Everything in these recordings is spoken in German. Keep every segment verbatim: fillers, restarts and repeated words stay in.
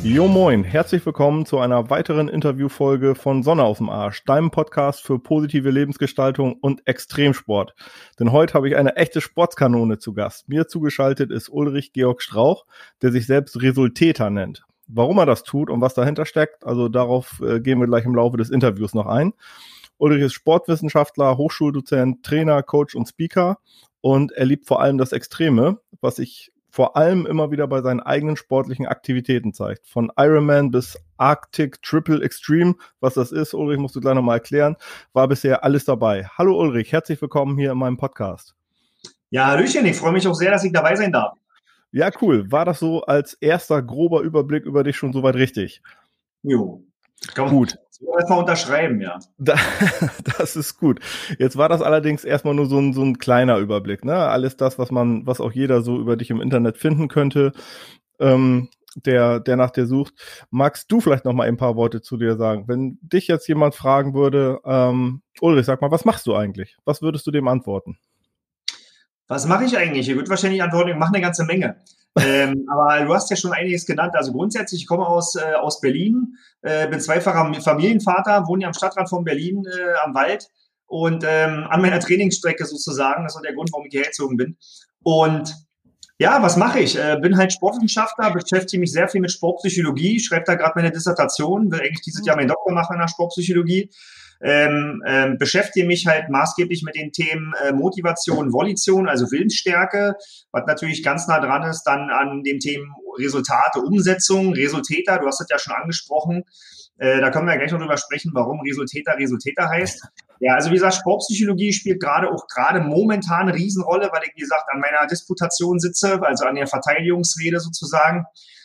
Jo moin, herzlich willkommen zu einer weiteren Interviewfolge von Sonne aus dem Arsch, deinem Podcast für positive Lebensgestaltung und Extremsport. Denn heute habe ich eine echte Sportskanone zu Gast. Mir zugeschaltet ist Ulrich Georg Strauch, der sich selbst Resultäter nennt. Warum er das tut und was dahinter steckt, also darauf äh, gehen wir gleich im Laufe des Interviews noch ein. Ulrich ist Sportwissenschaftler, Hochschuldozent, Trainer, Coach und Speaker und er liebt vor allem das Extreme, was sich vor allem immer wieder bei seinen eigenen sportlichen Aktivitäten zeigt. Von Ironman bis Arctic Triple Extreme, was das ist, Ulrich, musst du gleich nochmal erklären, war bisher alles dabei. Hallo Ulrich, herzlich willkommen hier in meinem Podcast. Ja, Hallöchen, ich freue mich auch sehr, dass ich dabei sein darf. Ja, cool. War das so als erster grober Überblick über dich schon soweit richtig? Jo. Komm, gut. Erstmal unterschreiben, ja. Da, das ist gut. Jetzt war das allerdings erstmal nur so ein, so ein kleiner Überblick, ne? Alles das, was man, was auch jeder so über dich im Internet finden könnte, ähm, der, der nach dir sucht. Magst du vielleicht noch mal ein paar Worte zu dir sagen? Wenn dich jetzt jemand fragen würde, ähm, Ulrich, sag mal, was machst du eigentlich? Was würdest du dem antworten? Was mache ich eigentlich? Ich würde wahrscheinlich antworten, ich mache eine ganze Menge. ähm, aber du hast ja schon einiges genannt. Also grundsätzlich, ich komme aus, äh, aus Berlin, äh, bin zweifacher Familienvater, wohne ja am Stadtrand von Berlin äh, am Wald und ähm, an meiner Trainingsstrecke sozusagen. Das ist auch der Grund, warum ich hierher gezogen bin. Und ja, was mache ich? Äh, bin halt Sportwissenschaftler, beschäftige mich sehr viel mit Sportpsychologie, schreibe da gerade meine Dissertation, will eigentlich dieses Jahr meinen Doktor machen in der Sportpsychologie. Ähm, ähm, beschäftige mich halt maßgeblich mit den Themen äh, Motivation, Volition, also Willensstärke, was natürlich ganz nah dran ist, dann an den Themen Resultate, Umsetzung, Resultäter, du hast das ja schon angesprochen, äh, da können wir ja gleich noch drüber sprechen, warum Resultäter Resultäter heißt. Ja, also wie gesagt, Sportpsychologie spielt gerade auch gerade momentan eine Riesenrolle, weil ich, wie gesagt, an meiner Disputation sitze, also an der Verteidigungsrede sozusagen.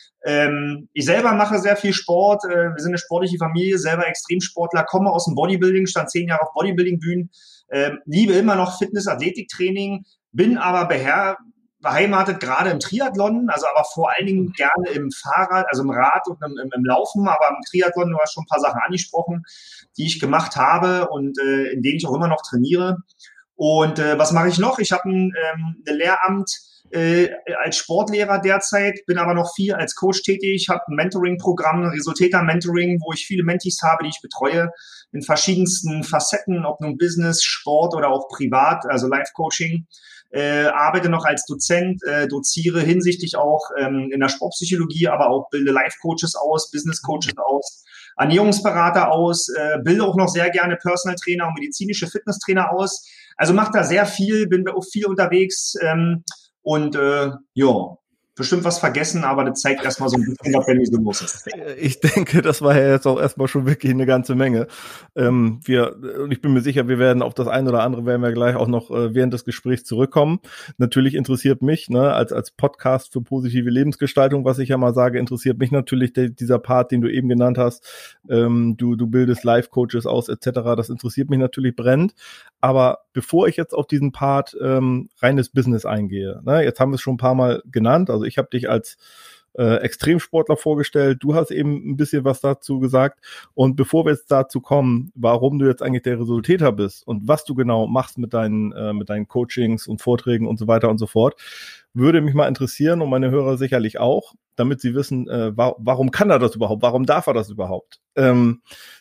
Ähm, ich selber mache sehr viel Sport. Äh, wir sind eine sportliche Familie, selber Extremsportler, komme aus dem Bodybuilding, stand zehn Jahre auf Bodybuilding-Bühnen, äh, liebe immer noch Fitness-Athletiktraining, bin aber beher beheimatet gerade im Triathlon, also aber vor allen Dingen gerne im Fahrrad, also im Rad und im, im, im Laufen, aber im Triathlon, du hast schon ein paar Sachen angesprochen, die ich gemacht habe und äh, in denen ich auch immer noch trainiere. Und äh, was mache ich noch? Ich habe ein, ähm, ein Lehramt Äh, als Sportlehrer derzeit, bin aber noch viel als Coach tätig, habe ein Mentoring-Programm, ein Resultäter-Mentoring, wo ich viele Mentees habe, die ich betreue, in verschiedensten Facetten, ob nun Business, Sport oder auch privat, also Life-Coaching. Äh, arbeite noch als Dozent, äh, doziere hinsichtlich auch ähm, in der Sportpsychologie, aber auch bilde Life-Coaches aus, Business-Coaches aus, Ernährungsberater aus, äh, bilde auch noch sehr gerne Personal-Trainer und medizinische Fitnesstrainer aus. Also mache da sehr viel, bin auch viel unterwegs, ähm, Und äh, ja, bestimmt was vergessen, aber das zeigt erstmal so ein bisschen, was bei mir so los ist. Ich denke, das war ja jetzt auch erstmal schon wirklich eine ganze Menge. Ähm, wir, und ich bin mir sicher, wir werden auf das eine oder andere werden wir gleich auch noch äh, während des Gesprächs zurückkommen. Natürlich interessiert mich, ne, als als Podcast für positive Lebensgestaltung, was ich ja mal sage, interessiert mich natürlich der, dieser Part, den du eben genannt hast. Ähm, du du bildest Life-Coaches aus et cetera. Das interessiert mich natürlich brennend. Aber bevor ich jetzt auf diesen Part ähm, reines Business eingehe, ne, jetzt haben wir es schon ein paar Mal genannt. Also ich habe dich als äh, Extremsportler vorgestellt. Du hast eben ein bisschen was dazu gesagt. Und bevor wir jetzt dazu kommen, warum du jetzt eigentlich der Resultäter bist und was du genau machst mit deinen äh, mit deinen Coachings und Vorträgen und so weiter und so fort, würde mich mal interessieren und meine Hörer sicherlich auch, damit sie wissen, äh, wa- warum kann er das überhaupt? Warum darf er das überhaupt? Ähm,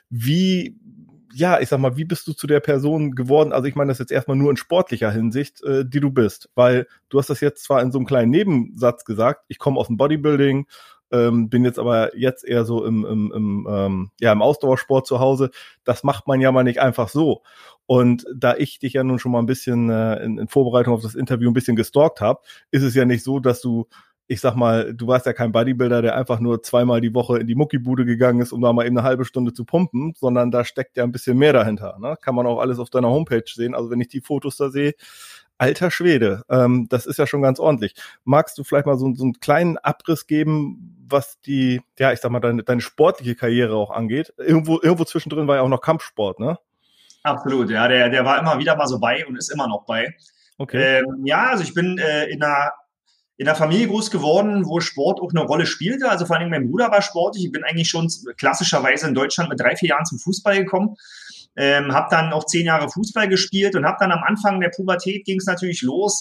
wie Ja, ich sag mal, wie bist du zu der Person geworden? Also ich meine das jetzt erstmal nur in sportlicher Hinsicht, äh, die du bist. Weil du hast das jetzt zwar in so einem kleinen Nebensatz gesagt, ich komme aus dem Bodybuilding, ähm, bin jetzt aber jetzt eher so im, im, im, ähm, ja, im Ausdauersport zu Hause. Das macht man ja mal nicht einfach so. Und da ich dich ja nun schon mal ein bisschen äh, in, in Vorbereitung auf das Interview ein bisschen gestalkt habe, ist es ja nicht so, dass du ich sag mal, du warst ja kein Bodybuilder, der einfach nur zweimal die Woche in die Muckibude gegangen ist, um da mal eben eine halbe Stunde zu pumpen, sondern da steckt ja ein bisschen mehr dahinter. Ne? Kann man auch alles auf deiner Homepage sehen. Also wenn ich die Fotos da sehe, alter Schwede, ähm, das ist ja schon ganz ordentlich. Magst du vielleicht mal so, so einen kleinen Abriss geben, was die, ja, ich sag mal, deine, deine sportliche Karriere auch angeht? Irgendwo, irgendwo zwischendrin war ja auch noch Kampfsport, ne? Absolut, ja, der, der war immer wieder mal so bei und ist immer noch bei. Okay. Ähm, ja, also ich bin äh, in einer in einer Familie groß geworden, wo Sport auch eine Rolle spielte. Also vor allem mein Bruder war sportlich. Ich bin eigentlich schon klassischerweise in Deutschland mit drei, vier Jahren zum Fußball gekommen. Ähm, habe dann auch zehn Jahre Fußball gespielt und habe dann am Anfang der Pubertät ging es natürlich los.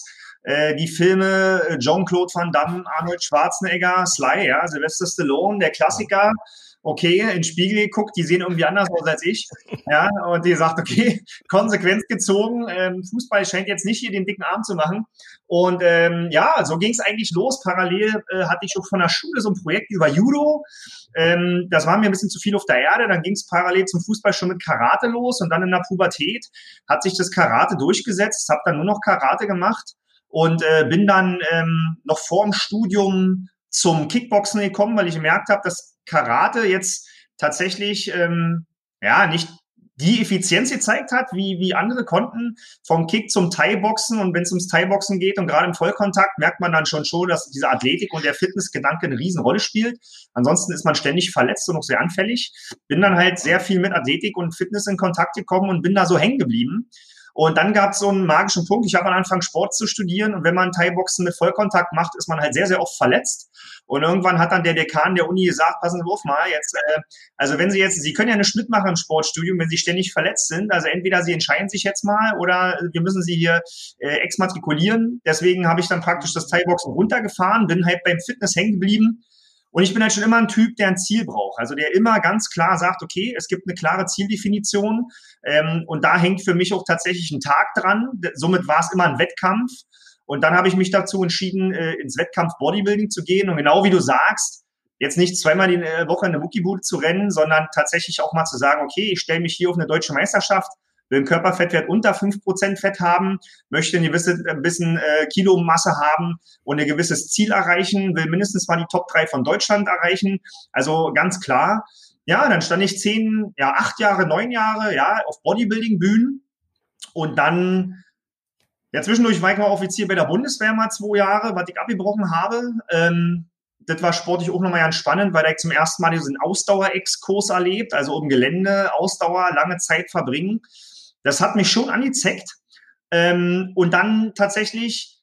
äh, die Filme Jean-Claude Van Damme, Arnold Schwarzenegger, Sly, ja, Sylvester Stallone, der Klassiker. Okay, in den Spiegel geguckt, die sehen irgendwie anders aus als ich. Ja, und die sagt, okay, Konsequenz gezogen, ähm, Fußball scheint jetzt nicht hier den dicken Arm zu machen. Und ähm, ja, so ging es eigentlich los. Parallel äh, hatte ich auch von der Schule so ein Projekt über Judo. Ähm, das war mir ein bisschen zu viel auf der Erde. Dann ging es parallel zum Fußball schon mit Karate los. Und dann in der Pubertät hat sich das Karate durchgesetzt, habe dann nur noch Karate gemacht und äh, bin dann ähm, noch vor dem Studium zum Kickboxen gekommen, weil ich gemerkt habe, dass Karate jetzt tatsächlich ähm, ja nicht die Effizienz gezeigt hat, wie, wie andere konnten, vom Kick zum Thai-Boxen. Und wenn es ums Thai-Boxen geht und gerade im Vollkontakt, merkt man dann schon schon, dass diese Athletik und der Fitnessgedanke eine Riesenrolle spielt. Ansonsten ist man ständig verletzt und auch sehr anfällig. Bin dann halt sehr viel mit Athletik und Fitness in Kontakt gekommen und bin da so hängen geblieben. Und dann gab es so einen magischen Punkt. Ich habe am Anfang Sport zu studieren und wenn man Thai-Boxen mit Vollkontakt macht, ist man halt sehr, sehr oft verletzt. Und irgendwann hat dann der Dekan der Uni gesagt, passen Sie auf mal, jetzt, äh, also wenn Sie jetzt, Sie können ja nicht mitmachen im Sportstudium, wenn Sie ständig verletzt sind. Also entweder Sie entscheiden sich jetzt mal oder wir müssen Sie hier äh, exmatrikulieren. Deswegen habe ich dann praktisch das Thai-Boxen runtergefahren, bin halt beim Fitness hängen geblieben. Und ich bin halt schon immer ein Typ, der ein Ziel braucht. Also der immer ganz klar sagt, okay, es gibt eine klare Zieldefinition. Ähm, und da hängt für mich auch tatsächlich ein Tag dran. Somit war es immer ein Wettkampf. Und dann habe ich mich dazu entschieden, äh, ins Wettkampf Bodybuilding zu gehen. Und genau wie du sagst, jetzt nicht zweimal die Woche in eine Muckibude zu rennen, sondern tatsächlich auch mal zu sagen, okay, ich stelle mich hier auf eine deutsche Meisterschaft, will einen Körperfettwert unter fünf Prozent Fett haben, möchte eine gewisse, ein bisschen äh, Kilomasse haben und ein gewisses Ziel erreichen, will mindestens mal die Top drei von Deutschland erreichen. Also ganz klar. Ja, dann stand ich zehn, ja, acht Jahre, neun Jahre, ja, auf Bodybuilding-Bühnen und dann, ja, zwischendurch war ich mal Offizier bei der Bundeswehr mal zwei Jahre, was ich abgebrochen habe. Ähm, das war sportlich auch nochmal ganz spannend, weil da ich zum ersten Mal diesen Ausdauer-Exkurs erlebt, also um Gelände, Ausdauer, lange Zeit verbringen. Das hat mich schon angezeckt. Ähm, und dann tatsächlich,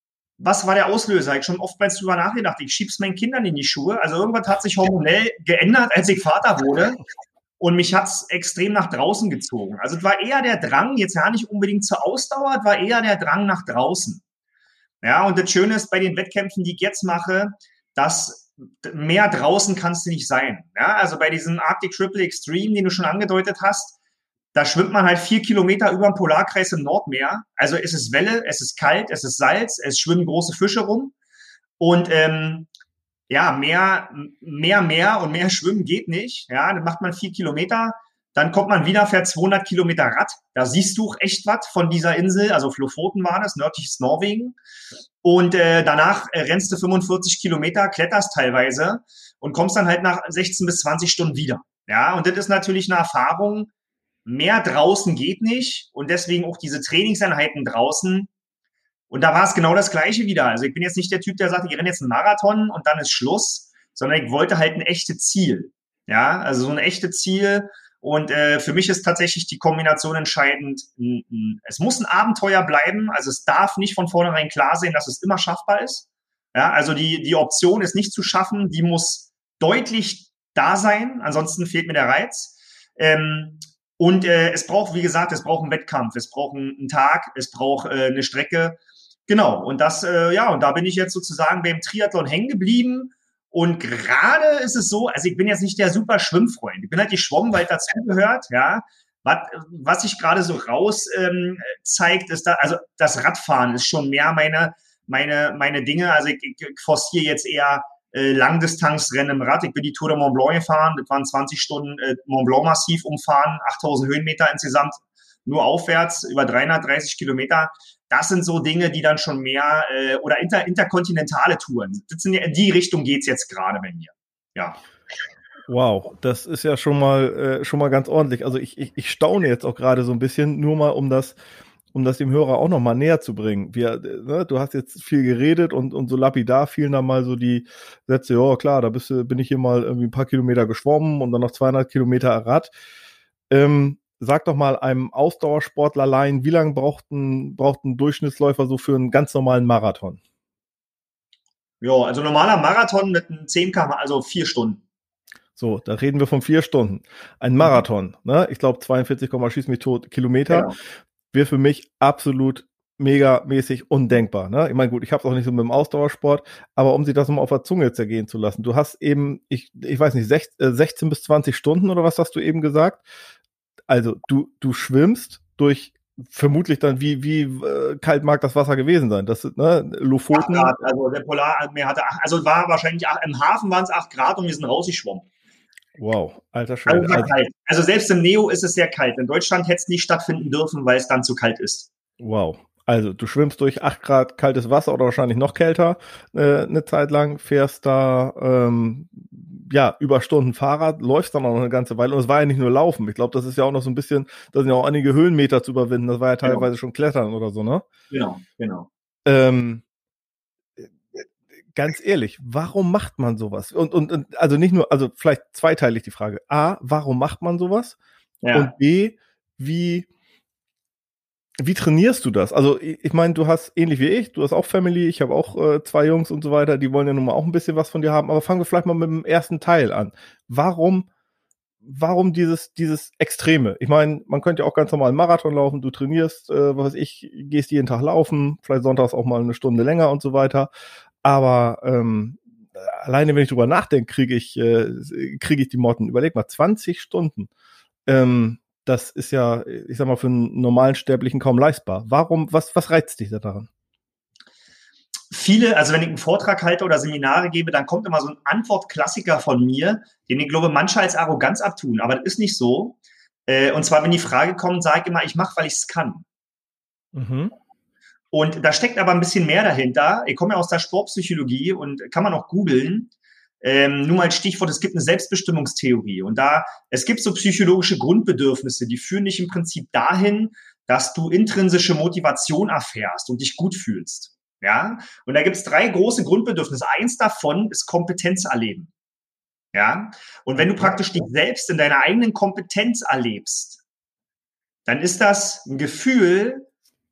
was war der Auslöser? Ich habe schon oftmals drüber nachgedacht. Ich schieb's meinen Kindern in die Schuhe. Also irgendwas hat sich hormonell geändert, als ich Vater wurde. Und mich hat's extrem nach draußen gezogen. Also es war eher der Drang, jetzt ja nicht unbedingt zur Ausdauer, es war eher der Drang nach draußen. Ja, und das Schöne ist bei den Wettkämpfen, die ich jetzt mache, dass mehr draußen kannst du nicht sein. Ja, also bei diesem Arctic Triple Extreme, den du schon angedeutet hast, da schwimmt man halt vier Kilometer über dem Polarkreis im Nordmeer. Also es ist Welle, es ist kalt, es ist Salz, es schwimmen große Fische rum. Und ähm, ja, mehr, mehr, mehr und mehr schwimmen geht nicht. Ja, dann macht man vier Kilometer, dann kommt man wieder, fährt zweihundert Kilometer Rad. Da siehst du echt was von dieser Insel. Also Lofoten war das, nördliches Norwegen. Und äh, danach äh, rennst du fünfundvierzig Kilometer, kletterst teilweise und kommst dann halt nach sechzehn bis zwanzig Stunden wieder. Ja, und das ist natürlich eine Erfahrung. Mehr draußen geht nicht und deswegen auch diese Trainingseinheiten draußen. Und da war es genau das Gleiche wieder. Also ich bin jetzt nicht der Typ, der sagt, ich renne jetzt einen Marathon und dann ist Schluss, sondern ich wollte halt ein echtes Ziel. Ja, also so ein echtes Ziel. Und äh, für mich ist tatsächlich die Kombination entscheidend. Es muss ein Abenteuer bleiben. Also es darf nicht von vornherein klar sein, dass es immer schaffbar ist. Ja, also die, die Option ist nicht zu schaffen. Die muss deutlich da sein. Ansonsten fehlt mir der Reiz. Ähm, Und äh, es braucht, wie gesagt, es braucht einen Wettkampf, es braucht einen, einen Tag, es braucht äh, eine Strecke. Genau, und das, äh, ja, und da bin ich jetzt sozusagen beim Triathlon hängen geblieben. Und gerade ist es so, also ich bin jetzt nicht der super Schwimmfreund. Ich bin halt geschwommen, weil es dazugehört, ja. Was, was sich gerade so raus ähm, zeigt, ist da, also das Radfahren ist schon mehr meine, meine, meine Dinge. Also ich, ich forciere jetzt eher Äh, Langdistanzrennen im Rad. Ich bin die Tour de Mont Blanc gefahren. Das waren zwanzig Stunden äh, Mont Blanc Massiv umfahren, achttausend Höhenmeter insgesamt, nur aufwärts, über dreihundertdreißig Kilometer. Das sind so Dinge, die dann schon mehr, äh, oder inter, interkontinentale Touren. Das sind ja, in die Richtung geht's jetzt gerade bei mir. Ja. Wow, das ist ja schon mal, äh, schon mal ganz ordentlich. Also ich, ich, ich staune jetzt auch gerade so ein bisschen, nur mal um das um das dem Hörer auch noch mal näher zu bringen. Wir, ne, du hast jetzt viel geredet und, und so lapidar fielen da mal so die Sätze, ja klar, da bist, bin ich hier mal irgendwie ein paar Kilometer geschwommen und dann noch zweihundert Kilometer Rad. Ähm, sag doch mal einem Ausdauersportler Laien, wie lange braucht ein, braucht ein Durchschnittsläufer so für einen ganz normalen Marathon? Ja, also normaler Marathon mit einem zehn Kilometer, also vier Stunden. So, da reden wir von vier Stunden. Ein Marathon, ne? Ich glaube zweiundvierzig, schieß mich tot Kilometer. Genau. Wäre für mich absolut megamäßig undenkbar. Ne? Ich meine, gut, ich habe es auch nicht so mit dem Ausdauersport, aber um sich das mal auf der Zunge zergehen zu lassen. Du hast eben, ich, ich weiß nicht, sechzehn bis zwanzig Stunden oder was hast du eben gesagt? Also du, du schwimmst durch vermutlich dann, wie, wie äh, kalt mag das Wasser gewesen sein? Das ne, Lofoten. acht Grad, also der Polarmeer hatte, acht, also war wahrscheinlich, acht, im Hafen waren es acht Grad und wir sind rausgeschwommen. Wow, alter Schwede. Also, also, kalt. Also selbst im Neo ist es sehr kalt. In Deutschland hätte es nicht stattfinden dürfen, weil es dann zu kalt ist. Wow. Also du schwimmst durch acht Grad kaltes Wasser oder wahrscheinlich noch kälter äh, eine Zeit lang, fährst da ähm, ja über Stunden Fahrrad, läufst dann auch noch eine ganze Weile und es war ja nicht nur Laufen. Ich glaube, das ist ja auch noch so ein bisschen, da sind ja auch einige Höhenmeter zu überwinden. Das war ja teilweise genau. schon Klettern oder so, ne? Genau, genau. Ähm, ganz ehrlich, warum macht man sowas? Und, und, und also nicht nur, also vielleicht zweiteilig die Frage. A, warum macht man sowas? Ja. Und B, wie Wie trainierst du das? Also ich meine, du hast ähnlich wie ich, du hast auch Family, ich habe auch äh, zwei Jungs und so weiter, die wollen ja nun mal auch ein bisschen was von dir haben, aber fangen wir vielleicht mal mit dem ersten Teil an. Warum, warum dieses, dieses Extreme? Ich meine, man könnte ja auch ganz normal einen Marathon laufen, du trainierst, äh, was weiß ich, gehst jeden Tag laufen, vielleicht sonntags auch mal eine Stunde länger und so weiter, aber ähm, alleine wenn ich drüber nachdenke, kriege ich, äh, kriege ich die Motten. Überleg mal, zwanzig Stunden. Ähm, Das ist ja, ich sag mal, für einen normalen Sterblichen kaum leistbar. Warum, was, was reizt dich da daran? Viele, also wenn ich einen Vortrag halte oder Seminare gebe, dann kommt immer so ein Antwortklassiker von mir, den ich glaube, manche als Arroganz abtun, aber das ist nicht so. Und zwar, wenn die Frage kommt, sage ich immer, ich mache, weil ich es kann. Mhm. Und da steckt aber ein bisschen mehr dahinter. Ich komme ja aus der Sportpsychologie und kann man auch googeln. Ähm, nur mal ein Stichwort, es gibt eine Selbstbestimmungstheorie und da, es gibt so psychologische Grundbedürfnisse, die führen dich im Prinzip dahin, dass du intrinsische Motivation erfährst und dich gut fühlst, ja, und da gibt es drei große Grundbedürfnisse. Eins davon ist Kompetenz erleben, ja, und wenn du praktisch dich selbst in deiner eigenen Kompetenz erlebst, dann ist das ein Gefühl,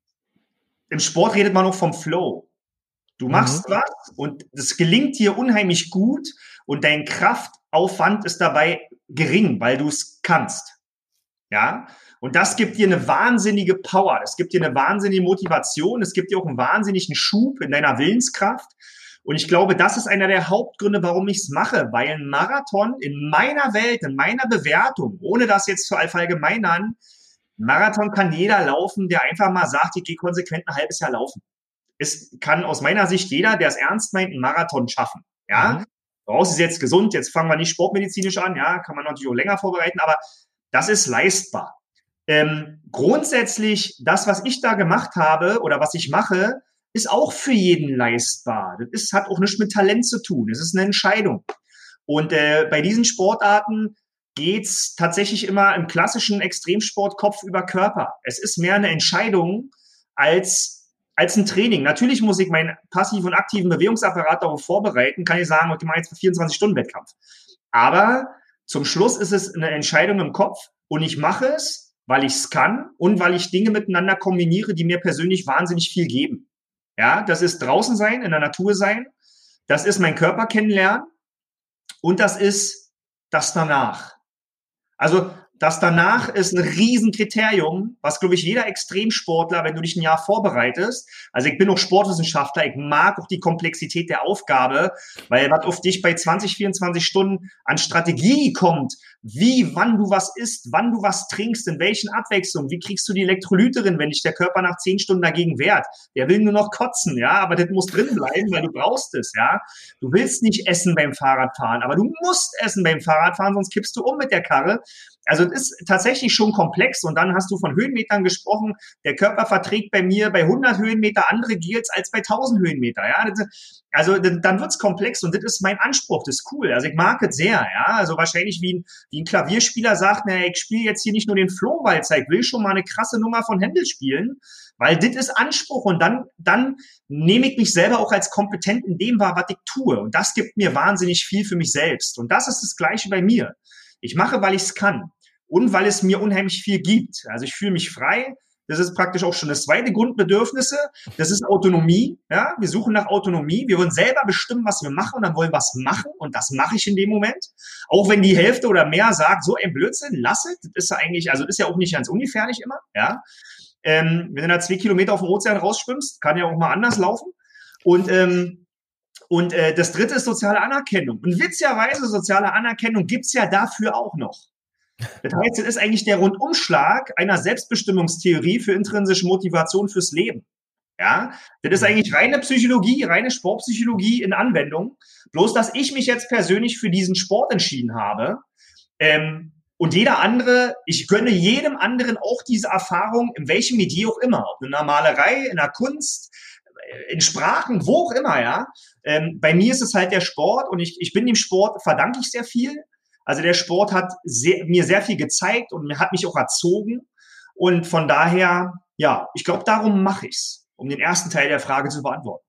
im Sport redet man noch vom Flow. Du machst mhm. was und es gelingt dir unheimlich gut und dein Kraftaufwand ist dabei gering, weil du es kannst. Ja, und das gibt dir eine wahnsinnige Power, das gibt dir eine wahnsinnige Motivation, es gibt dir auch einen wahnsinnigen Schub in deiner Willenskraft. Und ich glaube, das ist einer der Hauptgründe, warum ich es mache, weil ein Marathon in meiner Welt, in meiner Bewertung, ohne das jetzt zu verallgemeinern, Marathon kann jeder laufen, der einfach mal sagt, ich gehe konsequent ein halbes Jahr laufen. Es kann aus meiner Sicht jeder, der es ernst meint, einen Marathon schaffen. Ja, mhm. Vorausgesetzt gesund, jetzt fangen wir nicht sportmedizinisch an, ja, kann man natürlich auch länger vorbereiten, aber das ist leistbar. Ähm, grundsätzlich, das, was ich da gemacht habe oder was ich mache, ist auch für jeden leistbar. Das ist, hat auch nichts mit Talent zu tun. Es ist eine Entscheidung. Und äh, bei diesen Sportarten geht's tatsächlich immer im klassischen Extremsport Kopf über Körper. Es ist mehr eine Entscheidung als als ein Training. Natürlich muss ich meinen passiven und aktiven Bewegungsapparat darauf vorbereiten, kann ich sagen, ich mache jetzt für vierundzwanzig Stunden Wettkampf. Aber zum Schluss ist es eine Entscheidung im Kopf und ich mache es, weil ich es kann und weil ich Dinge miteinander kombiniere, die mir persönlich wahnsinnig viel geben. Ja, das ist draußen sein, in der Natur sein, das ist mein Körper kennenlernen und das ist das danach. Also das danach ist ein Riesenkriterium, was, glaube ich, jeder Extremsportler, wenn du dich ein Jahr vorbereitest, also ich bin auch Sportwissenschaftler, ich mag auch die Komplexität der Aufgabe, weil was auf dich bei zwanzig, vierundzwanzig Stunden an Strategie kommt, wie, wann du was isst, wann du was trinkst, in welchen Abwechslungen, wie kriegst du die Elektrolyte drin, wenn dich der Körper nach zehn Stunden dagegen wehrt. Der will nur noch kotzen, ja, aber das muss drin bleiben, weil du brauchst es, ja. Du willst nicht essen beim Fahrradfahren, aber du musst essen beim Fahrradfahren, sonst kippst du um mit der Karre. Also das ist tatsächlich schon komplex und dann hast du von Höhenmetern gesprochen. Der Körper verträgt bei mir bei hundert Höhenmeter andere Gels als bei tausend Höhenmeter. Ja, das, also dann wird's komplex und das ist mein Anspruch. Das ist cool. Also ich mag es sehr. Ja, also wahrscheinlich wie ein, wie ein Klavierspieler sagt, na, ich spiele jetzt hier nicht nur den Flohwalzer, ich will schon mal eine krasse Nummer von Händel spielen, weil das ist Anspruch und dann dann nehme ich mich selber auch als kompetent in dem wahr, was ich tue und das gibt mir wahnsinnig viel für mich selbst und das ist das Gleiche bei mir. Ich mache, weil ich es kann und weil es mir unheimlich viel gibt. Also ich fühle mich frei. Das ist praktisch auch schon das zweite Grundbedürfnisse. Das ist Autonomie. Ja, wir suchen nach Autonomie. Wir wollen selber bestimmen, was wir machen und dann wollen wir was machen und das mache ich in dem Moment. Auch wenn die Hälfte oder mehr sagt, so ein Blödsinn, lass es. Das ist ja eigentlich, also ist ja auch nicht ganz ungefährlich immer. Ja, Ähm, wenn du da zwei Kilometer auf dem Ozean rausschwimmst, kann ja auch mal anders laufen. Und, ähm, und äh, das dritte ist soziale Anerkennung. Und witzigerweise, soziale Anerkennung gibt's ja dafür auch noch. Das heißt, das ist eigentlich der Rundumschlag einer Selbstbestimmungstheorie für intrinsische Motivation fürs Leben. Ja, das ist eigentlich reine Psychologie, reine Sportpsychologie in Anwendung. Bloß, dass ich mich jetzt persönlich für diesen Sport entschieden habe. Ähm, und jeder andere, ich gönne jedem anderen auch diese Erfahrung, in welchem Medium auch immer. Ob in der Malerei, in der Kunst, in Sprachen, wo auch immer, ja. Ähm, bei mir ist es halt der Sport und ich, ich bin dem Sport, verdanke ich sehr viel. Also der Sport hat sehr, mir sehr viel gezeigt und hat mich auch erzogen. Und von daher, ja, ich glaube, darum mache ich's. Um den ersten Teil der Frage zu beantworten.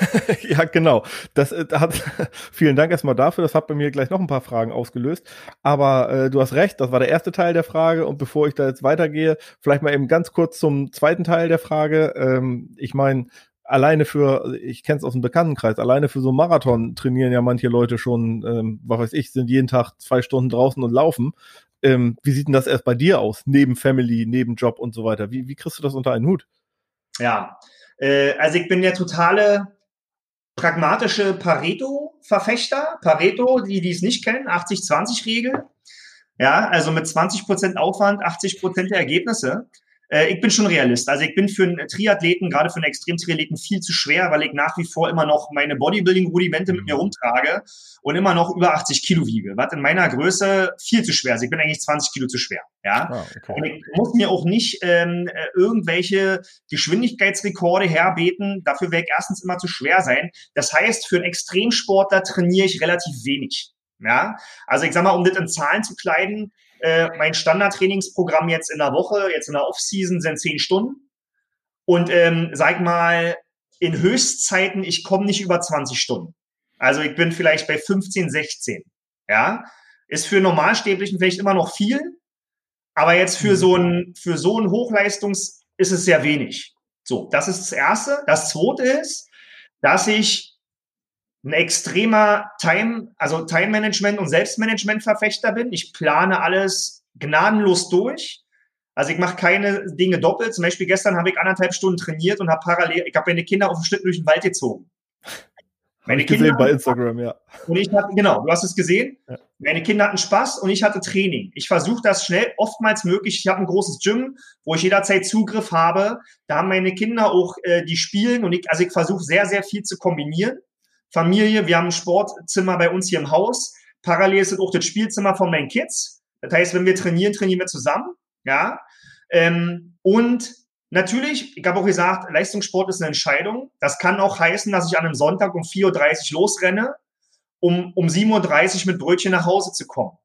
Ja, genau. Das äh, hat, vielen Dank erstmal dafür. Das hat bei mir gleich noch ein paar Fragen ausgelöst. Aber äh, du hast recht, das war der erste Teil der Frage. Und bevor ich da jetzt weitergehe, vielleicht mal eben ganz kurz zum zweiten Teil der Frage. Ähm, ich meine, alleine für, ich kenne es aus dem Bekanntenkreis, alleine für so einen Marathon trainieren ja manche Leute schon, ähm, was weiß ich, sind jeden Tag zwei Stunden draußen und laufen. Ähm, wie sieht denn das erst bei dir aus? Neben Family, neben Job und so weiter. Wie, wie kriegst du das unter einen Hut? Ja, äh, also ich bin der totale pragmatische Pareto-Verfechter. Pareto, die die es nicht kennen, achtzig zwanzig Regel. Ja, also mit zwanzig Prozent Aufwand, achtzig Prozent der Ergebnisse. Äh, ich bin schon Realist. Also ich bin für einen Triathleten, gerade für einen Extremtriathleten, viel zu schwer, weil ich nach wie vor immer noch meine Bodybuilding-Rudimente mit mir rumtrage und immer noch über achtzig Kilo wiege. Was in meiner Größe viel zu schwer ist. Ich bin eigentlich zwanzig Kilo zu schwer. Ja, ah, okay. Und ich muss mir auch nicht ähm, irgendwelche Geschwindigkeitsrekorde herbeten. Dafür werde ich erstens immer zu schwer sein. Das heißt, für einen Extremsportler trainiere ich relativ wenig. Ja, also ich sag mal, um das in Zahlen zu kleiden, äh, mein Standardtrainingsprogramm jetzt in der Woche, jetzt in der Off-Season sind zehn Stunden. Und ähm, sag mal, in Höchstzeiten, ich komme nicht über zwanzig Stunden. Also ich bin vielleicht bei fünfzehn, sechzehn. Ja, ist für Normalstäblichen vielleicht immer noch viel, aber jetzt für so ein, für so ein Hochleistungs ist es sehr wenig. So, das ist das Erste. Das Zweite ist, dass ich ein extremer Time, also Time-Management und Selbstmanagement-Verfechter bin. Ich plane alles gnadenlos durch. Also ich mache keine Dinge doppelt. Zum Beispiel gestern habe ich anderthalb Stunden trainiert und habe parallel, ich habe meine Kinder auf den Schritt durch den Wald gezogen. Meine ich Kinder gesehen bei Instagram, ja. Und ich hatte, genau, du hast es gesehen. Ja. Meine Kinder hatten Spaß und ich hatte Training. Ich versuche das schnell, oftmals möglich. Ich habe ein großes Gym, wo ich jederzeit Zugriff habe. Da haben meine Kinder auch, äh, die spielen und ich, also ich versuche sehr, sehr viel zu kombinieren. Familie, wir haben ein Sportzimmer bei uns hier im Haus. Parallel ist es auch das Spielzimmer von meinen Kids. Das heißt, wenn wir trainieren, trainieren wir zusammen. Ja. Ähm, und natürlich, ich habe auch gesagt, Leistungssport ist eine Entscheidung. Das kann auch heißen, dass ich an einem Sonntag um vier Uhr dreißig losrenne, um um sieben Uhr dreißig mit Brötchen nach Hause zu kommen.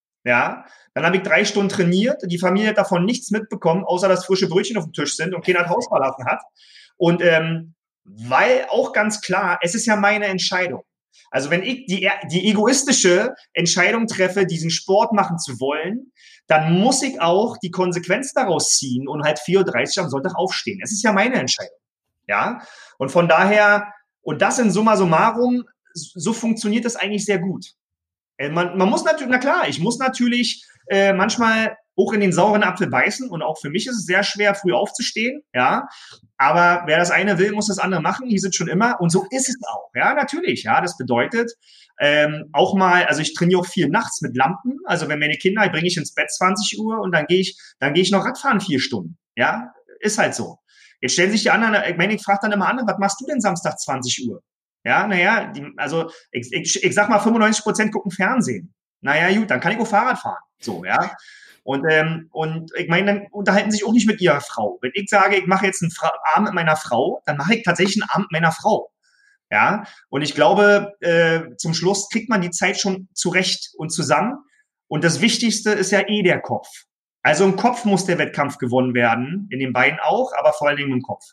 Ja. Dann habe ich drei Stunden trainiert. Die Familie hat davon nichts mitbekommen, außer dass frische Brötchen auf dem Tisch sind und keiner das Haus verlassen hat. Und ähm, weil auch ganz klar, es ist ja meine Entscheidung. Also wenn ich die, die egoistische Entscheidung treffe, diesen Sport machen zu wollen, dann muss ich auch die Konsequenz daraus ziehen und halt vier Uhr dreißig am Sonntag aufstehen. Es ist ja meine Entscheidung. Ja. Und von daher, und das in summa summarum, so funktioniert das eigentlich sehr gut. Man, man muss natürlich, na klar, ich muss natürlich äh, manchmal auch in den sauren Apfel beißen und auch für mich ist es sehr schwer, früh aufzustehen, ja, aber wer das eine will, muss das andere machen, die sind schon immer und so ist es auch, ja, natürlich, ja, das bedeutet ähm, auch mal, also ich trainiere auch viel nachts mit Lampen, also wenn meine Kinder, bringe ich ins Bett zwanzig Uhr und dann gehe ich, dann gehe ich noch Radfahren vier Stunden, ja, ist halt so. Jetzt stellen sich die anderen, ich meine, ich frage dann immer an, was machst du denn Samstag zwanzig Uhr? Ja, naja, die, also ich, ich, ich sag mal, fünfundneunzig Prozent gucken Fernsehen. Naja, gut, dann kann ich auch Fahrrad fahren. So, ja. Und, ähm, und ich meine, dann unterhalten sich auch nicht mit ihrer Frau. Wenn ich sage, ich mache jetzt einen Fra- Abend mit meiner Frau, dann mache ich tatsächlich einen Abend mit meiner Frau. Ja. Und ich glaube, äh, zum Schluss kriegt man die Zeit schon zurecht und zusammen. Und das Wichtigste ist ja eh der Kopf. Also im Kopf muss der Wettkampf gewonnen werden, in den Beinen auch, aber vor allen Dingen im Kopf.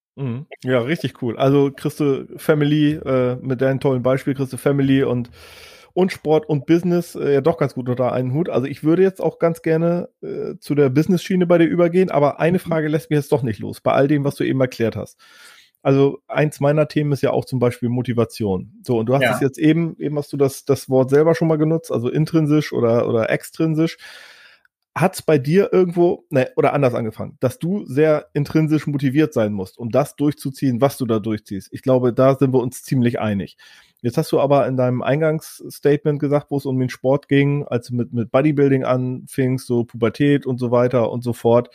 Ja, richtig cool. Also kriegst du Family, äh, mit deinem tollen Beispiel kriegst du Family und, und Sport und Business äh, ja doch ganz gut unter einen Hut. Also ich würde jetzt auch ganz gerne äh, zu der Business-Schiene bei dir übergehen, aber eine Frage lässt mich jetzt doch nicht los, bei all dem, was du eben erklärt hast. Also eins meiner Themen ist ja auch zum Beispiel Motivation. So, und du hast es ja. jetzt eben, eben hast du das, das Wort selber schon mal genutzt, also intrinsisch oder, oder extrinsisch. hat's bei dir irgendwo, ne, oder anders angefangen, dass du sehr intrinsisch motiviert sein musst, um das durchzuziehen, was du da durchziehst. Ich glaube, da sind wir uns ziemlich einig. Jetzt hast du aber in deinem Eingangsstatement gesagt, wo es um den Sport ging, als du mit, mit Bodybuilding anfingst, so Pubertät und so weiter und so fort.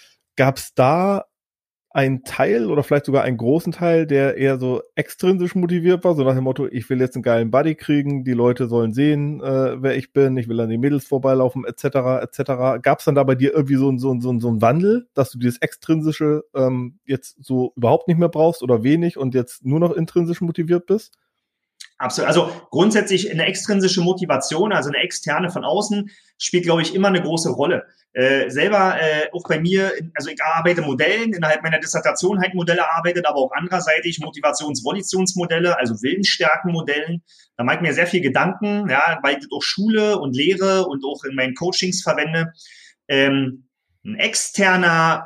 Gab's da ein Teil oder vielleicht sogar einen großen Teil, der eher so extrinsisch motiviert war, so nach dem Motto, ich will jetzt einen geilen Buddy kriegen, die Leute sollen sehen, äh, wer ich bin, ich will an den Mädels vorbeilaufen, et cetera, et cetera. Gab es dann da bei dir irgendwie so, so, so, so einen Wandel, dass du dieses Extrinsische ähm, jetzt so überhaupt nicht mehr brauchst oder wenig und jetzt nur noch intrinsisch motiviert bist? Absolut. Also grundsätzlich eine extrinsische Motivation, also eine externe von außen, spielt, glaube ich, immer eine große Rolle. Äh, selber äh, auch bei mir, also ich arbeite Modellen, innerhalb meiner Dissertation halt Modelle arbeitet, aber auch andererseitig Motivations-Volitionsmodelle, also Willensstärkenmodellen. Da mache ich mir sehr viel Gedanken, ja, weil ich auch Schule und Lehre und auch in meinen Coachings verwende. Ähm, ein externer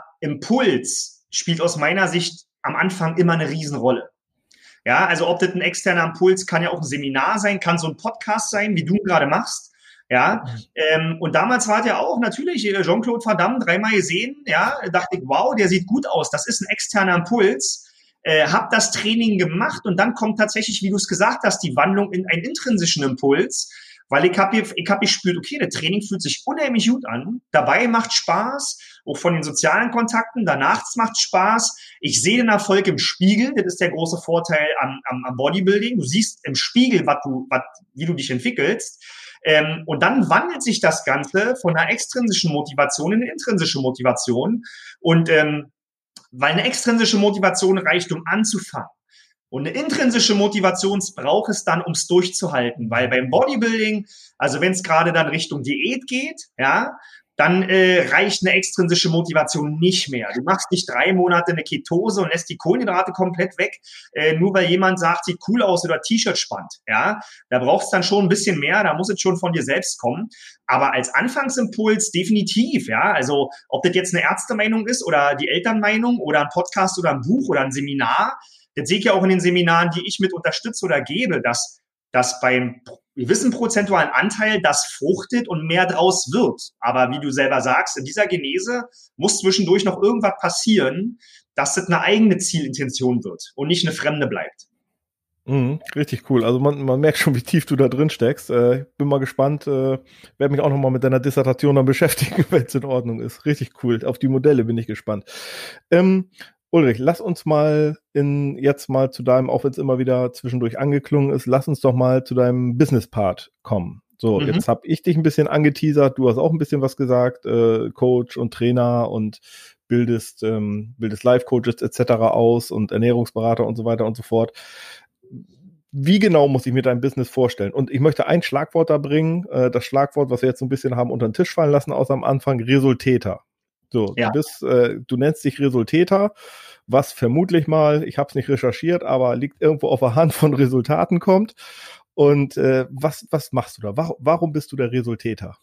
Impuls spielt aus meiner Sicht am Anfang immer eine Riesenrolle. Ja, also ob das ein externer Impuls kann ja auch ein Seminar sein, kann so ein Podcast sein, wie du gerade machst. Ja, ähm, und damals war der auch natürlich Jean-Claude Van Damme dreimal gesehen. Ja, dachte ich, wow, der sieht gut aus. Das ist ein externer Impuls. Äh, hab das Training gemacht und dann kommt tatsächlich, wie du es gesagt hast, die Wandlung in einen intrinsischen Impuls. Weil ich habe ich hab gespürt, okay, das Training fühlt sich unheimlich gut an. Dabei macht Spaß, auch von den sozialen Kontakten. Danach macht Spaß. Ich sehe den Erfolg im Spiegel. Das ist der große Vorteil am, am, am Bodybuilding. Du siehst im Spiegel, was du, was, wie du dich entwickelst. Ähm, und dann wandelt sich das Ganze von einer extrinsischen Motivation in eine intrinsische Motivation. Und ähm, weil eine extrinsische Motivation reicht, um anzufangen. Und eine intrinsische Motivation braucht es dann, um es durchzuhalten. Weil beim Bodybuilding, also wenn es gerade dann Richtung Diät geht, ja, dann äh, reicht eine extrinsische Motivation nicht mehr. Du machst nicht drei Monate eine Ketose und lässt die Kohlenhydrate komplett weg, äh, nur weil jemand sagt, sieht cool aus oder T-Shirt spannt. Ja, da brauchst du dann schon ein bisschen mehr, da muss es schon von dir selbst kommen. Aber als Anfangsimpuls definitiv, ja, also ob das jetzt eine Ärztemeinung ist oder die Elternmeinung oder ein Podcast oder ein Buch oder ein Seminar, das sehe ich ja auch in den Seminaren, die ich mit unterstütze oder gebe, dass, dass beim gewissen prozentualen Anteil das fruchtet und mehr draus wird. Aber wie du selber sagst, in dieser Genese muss zwischendurch noch irgendwas passieren, dass das eine eigene Zielintention wird und nicht eine fremde bleibt. Mhm, richtig cool. Also man, man merkt schon, wie tief du da drin steckst. Äh, ich bin mal gespannt, äh, werde mich auch nochmal mit deiner Dissertation dann beschäftigen, wenn es in Ordnung ist. Richtig cool. Auf die Modelle bin ich gespannt. Ähm, Ulrich, lass uns mal in jetzt mal zu deinem, auch wenn es immer wieder zwischendurch angeklungen ist, lass uns doch mal zu deinem Business-Part kommen. So, mhm. Jetzt habe ich dich ein bisschen angeteasert, du hast auch ein bisschen was gesagt, äh, Coach und Trainer und bildest, ähm, bildest Life-Coaches et cetera aus und Ernährungsberater und so weiter und so fort. Wie genau muss ich mir dein Business vorstellen? Und ich möchte ein Schlagwort da bringen, äh, das Schlagwort, was wir jetzt so ein bisschen haben unter den Tisch fallen lassen, aus am Anfang, Resultäter. So, ja. du bist, äh, du nennst dich Resultäter, was vermutlich mal, ich habe es nicht recherchiert, aber liegt irgendwo auf der Hand von Resultaten kommt. Und äh, was, was machst du da? Warum, warum bist du der Resultäter?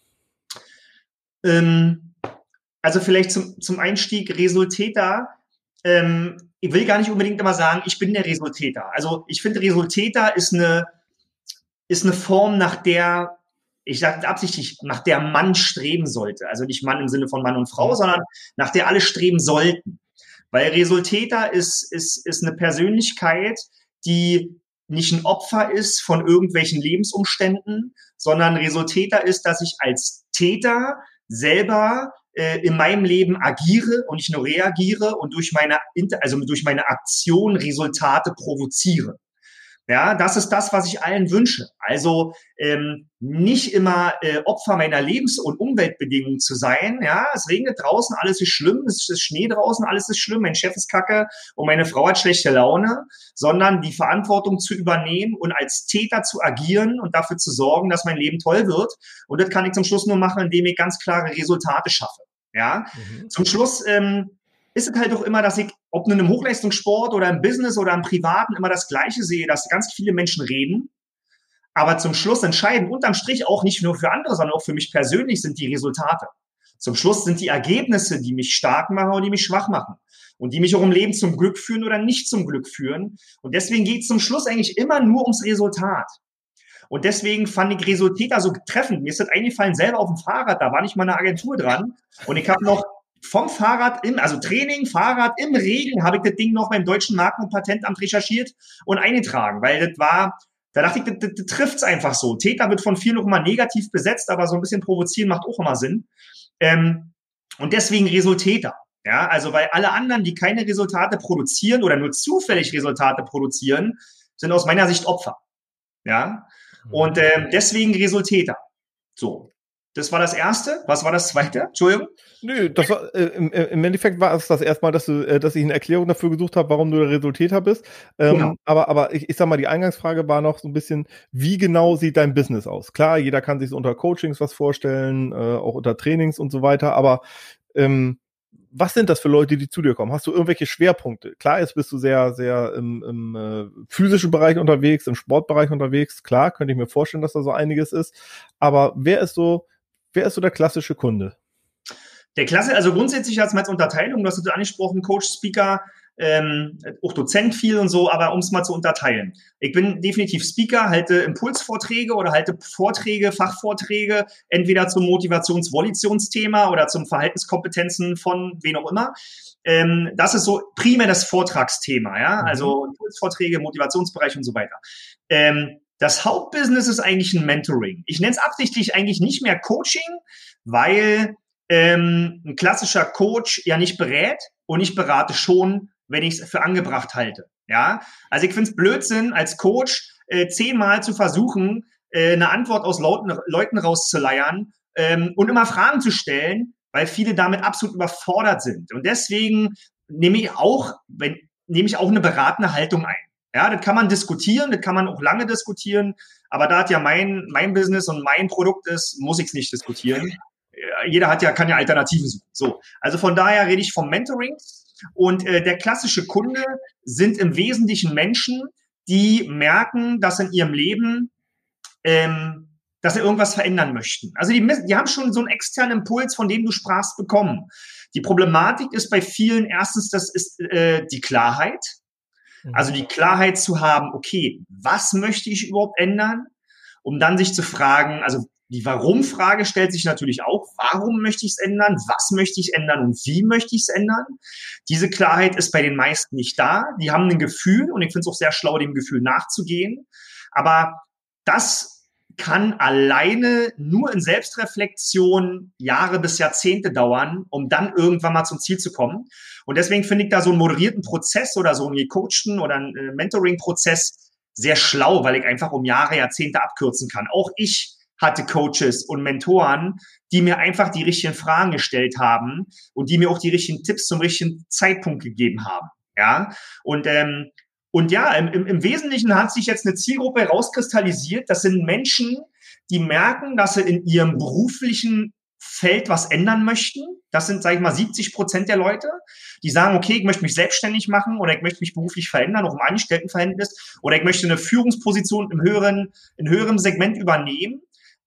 Ähm, also vielleicht zum, zum Einstieg Resultäter. Ähm, ich will gar nicht unbedingt immer sagen, ich bin der Resultäter. Also ich finde, Resultäter ist eine, ist eine Form, nach der ich sage absichtlich, nach der Mann streben sollte. Also nicht Mann im Sinne von Mann und Frau, sondern nach der alle streben sollten. Weil Resultäter ist, ist, ist eine Persönlichkeit, die nicht ein Opfer ist von irgendwelchen Lebensumständen, sondern Resultäter ist, dass ich als Täter selber äh, in meinem Leben agiere und nicht nur reagiere und durch meine, also durch meine Aktion Resultate provoziere. Ja, das ist das, was ich allen wünsche. Also ähm, nicht immer äh, Opfer meiner Lebens- und Umweltbedingungen zu sein. Ja, es regnet draußen, alles ist schlimm, es ist Schnee draußen, alles ist schlimm, mein Chef ist kacke und meine Frau hat schlechte Laune, sondern die Verantwortung zu übernehmen und als Täter zu agieren und dafür zu sorgen, dass mein Leben toll wird. Und das kann ich zum Schluss nur machen, indem ich ganz klare Resultate schaffe. Ja, mhm. Zum Schluss ähm, ist es halt auch immer, dass ich, ob nun im Hochleistungssport oder im Business oder im Privaten, immer das Gleiche sehe, dass ganz viele Menschen reden, aber zum Schluss entscheiden, unterm Strich auch nicht nur für andere, sondern auch für mich persönlich sind die Resultate. Zum Schluss sind die Ergebnisse, die mich stark machen oder die mich schwach machen und die mich auch im Leben zum Glück führen oder nicht zum Glück führen. Und deswegen geht es zum Schluss eigentlich immer nur ums Resultat. Und deswegen fand ich Resultäter so treffend. Mir ist das eingefallen, selber auf dem Fahrrad, da war nicht mal eine Agentur dran. Und ich habe noch vom Fahrrad, im, also Training, Fahrrad, im Regen, habe ich das Ding noch beim Deutschen Marken- und Patentamt recherchiert und eingetragen, weil das war, da dachte ich, das, das, das trifft's einfach so. Täter wird von vielen auch immer negativ besetzt, aber so ein bisschen provozieren macht auch immer Sinn. Ähm, und deswegen Resultäter. Ja, also weil alle anderen, die keine Resultate produzieren oder nur zufällig Resultate produzieren, sind aus meiner Sicht Opfer. Ja, und ähm, deswegen Resultäter. So, das war das Erste. Was war das Zweite? Entschuldigung. Nö, das war, äh, im, im Endeffekt war es das erstmal, dass du, äh, dass ich eine Erklärung dafür gesucht habe, warum du der Resultäter bist. Ähm, genau. Aber, aber ich, ich sag mal, die Eingangsfrage war noch so ein bisschen, wie genau sieht dein Business aus? Klar, jeder kann sich so unter Coachings was vorstellen, äh, auch unter Trainings und so weiter, aber ähm, was sind das für Leute, die zu dir kommen? Hast du irgendwelche Schwerpunkte? Klar, jetzt bist du sehr, sehr im, im äh, physischen Bereich unterwegs, im Sportbereich unterwegs. Klar, könnte ich mir vorstellen, dass da so einiges ist. Aber wer ist so, wer ist so der klassische Kunde? Der Klasse, also grundsätzlich als mal als Unterteilung, du hast es angesprochen, Coach, Speaker, ähm, auch Dozent viel und so, aber um es mal zu unterteilen. Ich bin definitiv Speaker, halte Impulsvorträge oder halte Vorträge, Fachvorträge, entweder zum Motivations-Volitionsthema oder zum Verhaltenskompetenzen von wen auch immer. Ähm, das ist so primär das Vortragsthema, ja, mhm. Also Impulsvorträge, Motivationsbereich und so weiter. Ähm, das Hauptbusiness ist eigentlich ein Mentoring. Ich nenne es absichtlich eigentlich nicht mehr Coaching, weil ähm, ein klassischer Coach ja nicht berät und ich berate schon, wenn ich es für angebracht halte. Ja, also ich finde es Blödsinn, als Coach äh, zehnmal zu versuchen, äh, eine Antwort aus Leuten, Leuten rauszuleiern ähm, und immer Fragen zu stellen, weil viele damit absolut überfordert sind. Und deswegen nehme ich auch, wenn, nehme ich auch eine beratende Haltung ein. Ja, das kann man diskutieren, das kann man auch lange diskutieren, aber da hat ja mein, mein Business und mein Produkt ist, muss ich es nicht diskutieren. Jeder hat ja, kann ja Alternativen suchen. So. Also von daher rede ich vom Mentoring. Und äh, der klassische Kunde sind im Wesentlichen Menschen, die merken, dass in ihrem Leben, ähm, dass sie irgendwas verändern möchten. Also die, die haben schon so einen externen Impuls, von dem du sprachst, bekommen. Die Problematik ist bei vielen erstens, das ist äh, die Klarheit. Also die Klarheit zu haben, okay, was möchte ich überhaupt ändern? Um dann sich zu fragen, also die Warum-Frage stellt sich natürlich auch. Warum möchte ich es ändern? Was möchte ich ändern? Und wie möchte ich es ändern? Diese Klarheit ist bei den meisten nicht da. Die haben ein Gefühl und ich finde es auch sehr schlau, dem Gefühl nachzugehen. Aber das kann alleine nur in Selbstreflexion Jahre bis Jahrzehnte dauern, um dann irgendwann mal zum Ziel zu kommen. Und deswegen finde ich da so einen moderierten Prozess oder so einen gecoachten oder einen Mentoring-Prozess sehr schlau, weil ich einfach um Jahre, Jahrzehnte abkürzen kann. Auch ich hatte Coaches und Mentoren, die mir einfach die richtigen Fragen gestellt haben und die mir auch die richtigen Tipps zum richtigen Zeitpunkt gegeben haben. Ja, und ähm, und ja, im, im, im Wesentlichen hat sich jetzt eine Zielgruppe herauskristallisiert. Das sind Menschen, die merken, dass sie in ihrem beruflichen Feld was ändern möchten. Das sind, sage ich mal, siebzig Prozent der Leute, die sagen, okay, ich möchte mich selbstständig machen oder ich möchte mich beruflich verändern, auch im Angestelltenverhältnis, oder ich möchte eine Führungsposition im höheren, in höherem Segment übernehmen.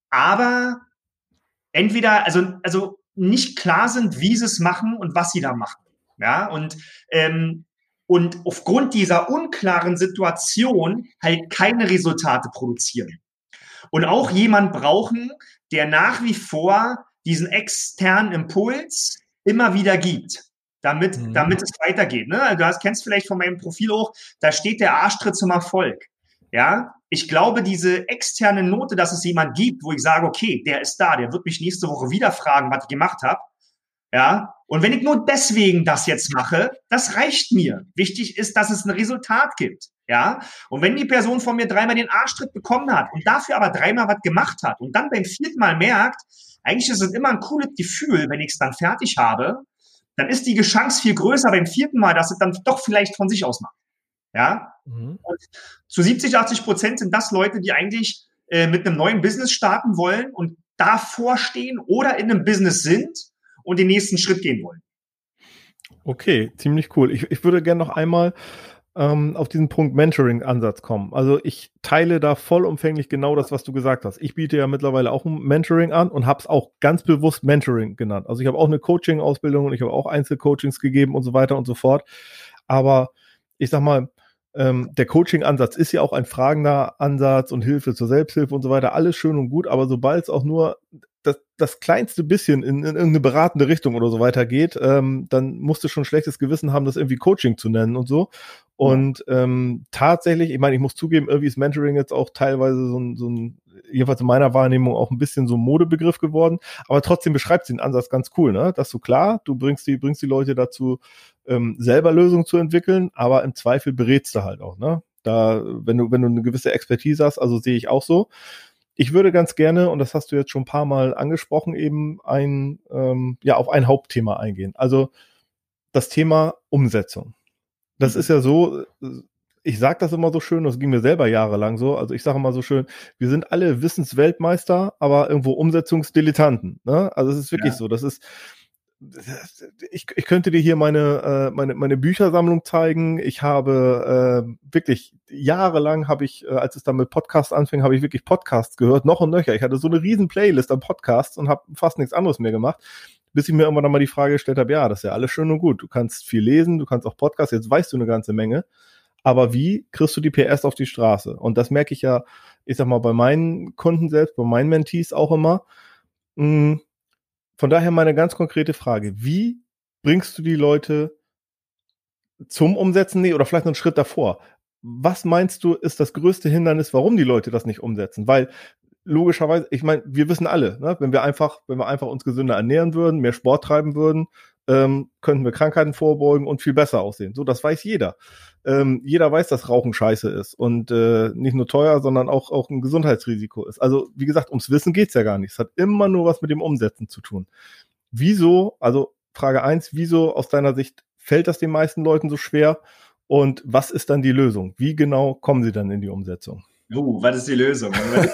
Aber entweder, also, also nicht klar sind, wie sie es machen und was sie da machen. Ja, und, ähm, und aufgrund dieser unklaren Situation halt keine Resultate produzieren. Und auch jemand brauchen, der nach wie vor diesen externen Impuls immer wieder gibt, damit, mhm. damit es weitergeht. Ne? Du hast, kennst vielleicht von meinem Profil auch, da steht der Arschtritt zum Erfolg. Ja, ich glaube, diese externe Note, dass es jemand gibt, wo ich sage, okay, der ist da, der wird mich nächste Woche wieder fragen, was ich gemacht habe. Ja, und wenn ich nur deswegen das jetzt mache, das reicht mir. Wichtig ist, dass es ein Resultat gibt. Ja, und wenn die Person von mir dreimal den Arschtritt bekommen hat und dafür aber dreimal was gemacht hat und dann beim vierten Mal merkt, eigentlich ist es immer ein cooles Gefühl, wenn ich es dann fertig habe, dann ist die Chance viel größer beim vierten Mal, dass es dann doch vielleicht von sich aus macht. Ja, mhm. Und zu siebzig, achtzig Prozent sind das Leute, die eigentlich äh, mit einem neuen Business starten wollen und davor stehen oder in einem Business sind und den nächsten Schritt gehen wollen. Okay, ziemlich cool. Ich, ich würde gerne noch einmal ähm, auf diesen Punkt Mentoring-Ansatz kommen. Also ich teile da vollumfänglich genau das, was du gesagt hast. Ich biete ja mittlerweile auch ein Mentoring an und habe es auch ganz bewusst Mentoring genannt. Also ich habe auch eine Coaching-Ausbildung und ich habe auch Einzelcoachings gegeben und so weiter und so fort. Aber ich sag mal, Ähm, der Coaching-Ansatz ist ja auch ein fragender Ansatz und Hilfe zur Selbsthilfe und so weiter, alles schön und gut, aber sobald es auch nur das, das kleinste bisschen in, in irgendeine beratende Richtung oder so weiter geht, ähm, dann musst du schon ein schlechtes Gewissen haben, das irgendwie Coaching zu nennen und so. Und ja. ähm, tatsächlich, ich meine, ich muss zugeben, irgendwie ist Mentoring jetzt auch teilweise so ein, so ein, jedenfalls in meiner Wahrnehmung auch ein bisschen so ein Modebegriff geworden, aber trotzdem beschreibt sie den Ansatz ganz cool, ne? Dass du klar, du bringst die, bringst die Leute dazu, ähm, selber Lösungen zu entwickeln, aber im Zweifel berätst du halt auch, ne? Da, wenn du, wenn du eine gewisse Expertise hast, also sehe ich auch so. Ich würde ganz gerne, und das hast du jetzt schon ein paar Mal angesprochen, eben ein, ähm, ja, auf ein Hauptthema eingehen. Also das Thema Umsetzung. Das mhm. ist ja so, ich sage das immer so schön, das ging mir selber jahrelang so, also ich sage immer so schön, wir sind alle Wissensweltmeister, aber irgendwo Umsetzungsdilettanten, ne? Also es ist wirklich ja. so, das ist, ich, ich könnte dir hier meine, äh, meine, meine Büchersammlung zeigen. Ich habe äh, wirklich jahrelang habe ich, äh, als es dann mit Podcasts anfing, habe ich wirklich Podcasts gehört, noch und nöcher. Ich hatte so eine riesen Playlist an Podcasts und habe fast nichts anderes mehr gemacht, bis ich mir irgendwann mal die Frage gestellt habe, ja, das ist ja alles schön und gut. Du kannst viel lesen, du kannst auch Podcasts, jetzt weißt du eine ganze Menge. Aber wie kriegst du die P S auf die Straße? Und das merke ich ja, ich sag mal, bei meinen Kunden selbst, bei meinen Mentees auch immer. Mh, Von daher meine ganz konkrete Frage, wie bringst du die Leute zum Umsetzen? Nee, oder vielleicht noch einen Schritt davor. Was meinst du, ist das größte Hindernis, warum die Leute das nicht umsetzen? Weil logischerweise, ich meine, wir wissen alle, ne, wenn wir einfach, wenn wir einfach uns gesünder ernähren würden, mehr Sport treiben würden, ähm, könnten wir Krankheiten vorbeugen und viel besser aussehen. So, das weiß jeder. Ähm, jeder weiß, dass Rauchen scheiße ist und äh, nicht nur teuer, sondern auch, auch ein Gesundheitsrisiko ist. Also, wie gesagt, ums Wissen geht's ja gar nicht. Es hat immer nur was mit dem Umsetzen zu tun. Wieso, also Frage eins, wieso aus deiner Sicht fällt das den meisten Leuten so schwer und was ist dann die Lösung? Wie genau kommen sie dann in die Umsetzung? Uh, was ist die Lösung?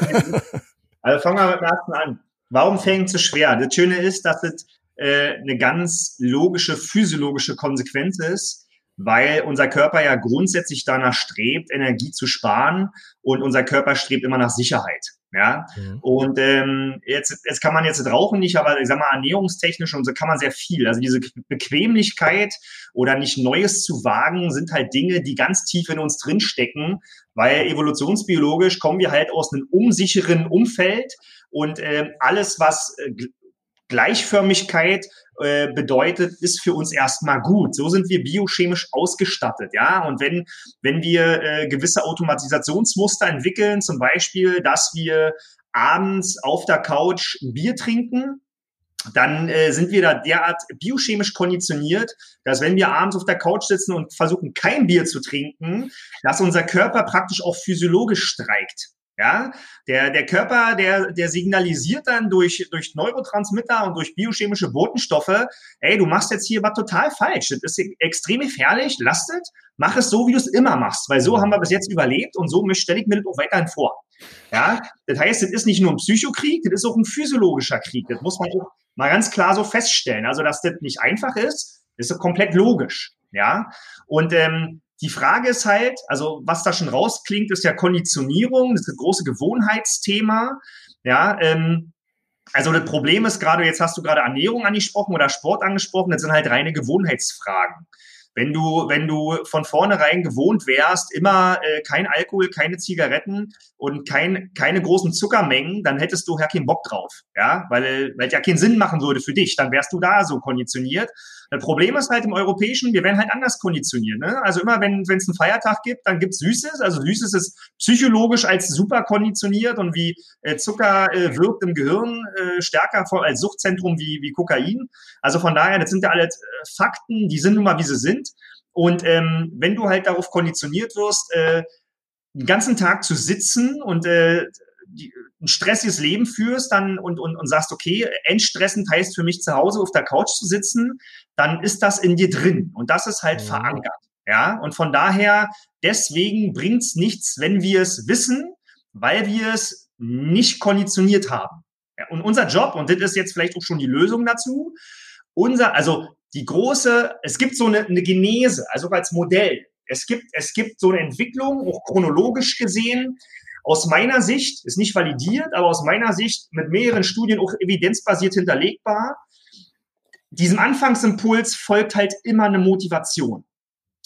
Also fangen wir mit dem ersten an. Warum fängt es so schwer? Das Schöne ist, dass es äh, eine ganz logische, physiologische Konsequenz ist, weil unser Körper ja grundsätzlich danach strebt, Energie zu sparen und unser Körper strebt immer nach Sicherheit. Ja, mhm. und ähm, jetzt, jetzt kann man jetzt rauchen nicht, aber ich sag mal, ernährungstechnisch und so kann man sehr viel. Also diese Bequemlichkeit oder nicht Neues zu wagen, sind halt Dinge, die ganz tief in uns drinstecken, weil evolutionsbiologisch kommen wir halt aus einem unsicheren Umfeld und äh, alles, was äh, Gleichförmigkeit äh, bedeutet, ist für uns erstmal gut. So sind wir biochemisch ausgestattet, ja. Und wenn wenn wir äh, gewisse Automatisationsmuster entwickeln, zum Beispiel, dass wir abends auf der Couch Bier trinken, dann äh, sind wir da derart biochemisch konditioniert, dass wenn wir abends auf der Couch sitzen und versuchen, kein Bier zu trinken, dass unser Körper praktisch auch physiologisch streikt. Ja, der, der Körper, der, der signalisiert dann durch, durch Neurotransmitter und durch biochemische Botenstoffe, ey, du machst jetzt hier was total falsch. Das ist extrem gefährlich, lastet, mach es so, wie du es immer machst, weil so haben wir bis jetzt überlebt und so stelle ich mir das auch weiterhin vor. Ja, das heißt, das ist nicht nur ein Psychokrieg, das ist auch ein physiologischer Krieg. Das muss man auch mal ganz klar so feststellen. Also, dass das nicht einfach ist, ist so komplett logisch. Ja, und, ähm, die Frage ist halt, also was da schon rausklingt, ist ja Konditionierung, das ist ein großes Gewohnheitsthema. Ja, ähm, also das Problem ist gerade, jetzt hast du gerade Ernährung angesprochen oder Sport angesprochen, das sind halt reine Gewohnheitsfragen. Wenn du, wenn du von vornherein gewohnt wärst, immer äh, kein Alkohol, keine Zigaretten und kein, keine großen Zuckermengen, dann hättest du ja keinen Bock drauf, ja, weil, weil es ja keinen Sinn machen würde für dich, dann wärst du da so konditioniert. Das Problem ist halt im Europäischen, wir werden halt anders konditioniert, ne? Also immer, wenn wenn es einen Feiertag gibt, dann gibt's Süßes, also Süßes ist psychologisch als super konditioniert und wie äh, Zucker äh, wirkt im Gehirn äh, stärker vor, als Suchtzentrum wie, wie Kokain. Also von daher, das sind ja alles äh, Fakten, die sind nun mal, wie sie sind. Und ähm, wenn du halt darauf konditioniert wirst, äh, den ganzen Tag zu sitzen und äh, die, ein stressiges Leben führst dann und, und, und sagst, okay, entstressend heißt für mich zu Hause auf der Couch zu sitzen, dann ist das in dir drin und das ist halt mhm. verankert. Ja, und von daher, deswegen bringt's nichts, wenn wir es wissen, weil wir es nicht konditioniert haben. Ja, und unser Job, und das ist jetzt vielleicht auch schon die Lösung dazu, unser, also die große, es gibt so eine, eine Genese, also als Modell. Es gibt, es gibt so eine Entwicklung, auch chronologisch gesehen. Aus meiner Sicht, ist nicht validiert, aber aus meiner Sicht mit mehreren Studien auch evidenzbasiert hinterlegbar. Diesem Anfangsimpuls folgt halt immer eine Motivation.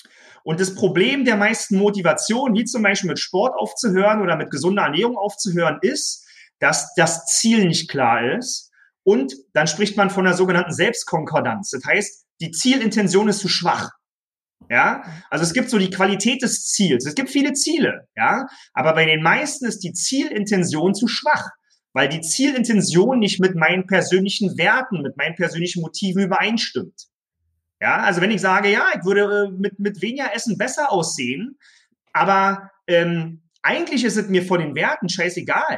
Und das Problem der meisten Motivationen, wie zum Beispiel mit Sport aufzuhören oder mit gesunder Ernährung aufzuhören, ist, dass das Ziel nicht klar ist. Und dann spricht man von der sogenannten Selbstkonkordanz. Das heißt, die Zielintention ist zu schwach. Ja, also es gibt so die Qualität des Ziels. Es gibt viele Ziele, ja, aber bei den meisten ist die Zielintention zu schwach, weil die Zielintention nicht mit meinen persönlichen Werten, mit meinen persönlichen Motiven übereinstimmt. Ja, also wenn ich sage, ja, ich würde äh, mit, mit weniger Essen besser aussehen, aber ähm, eigentlich ist es mir von den Werten scheißegal,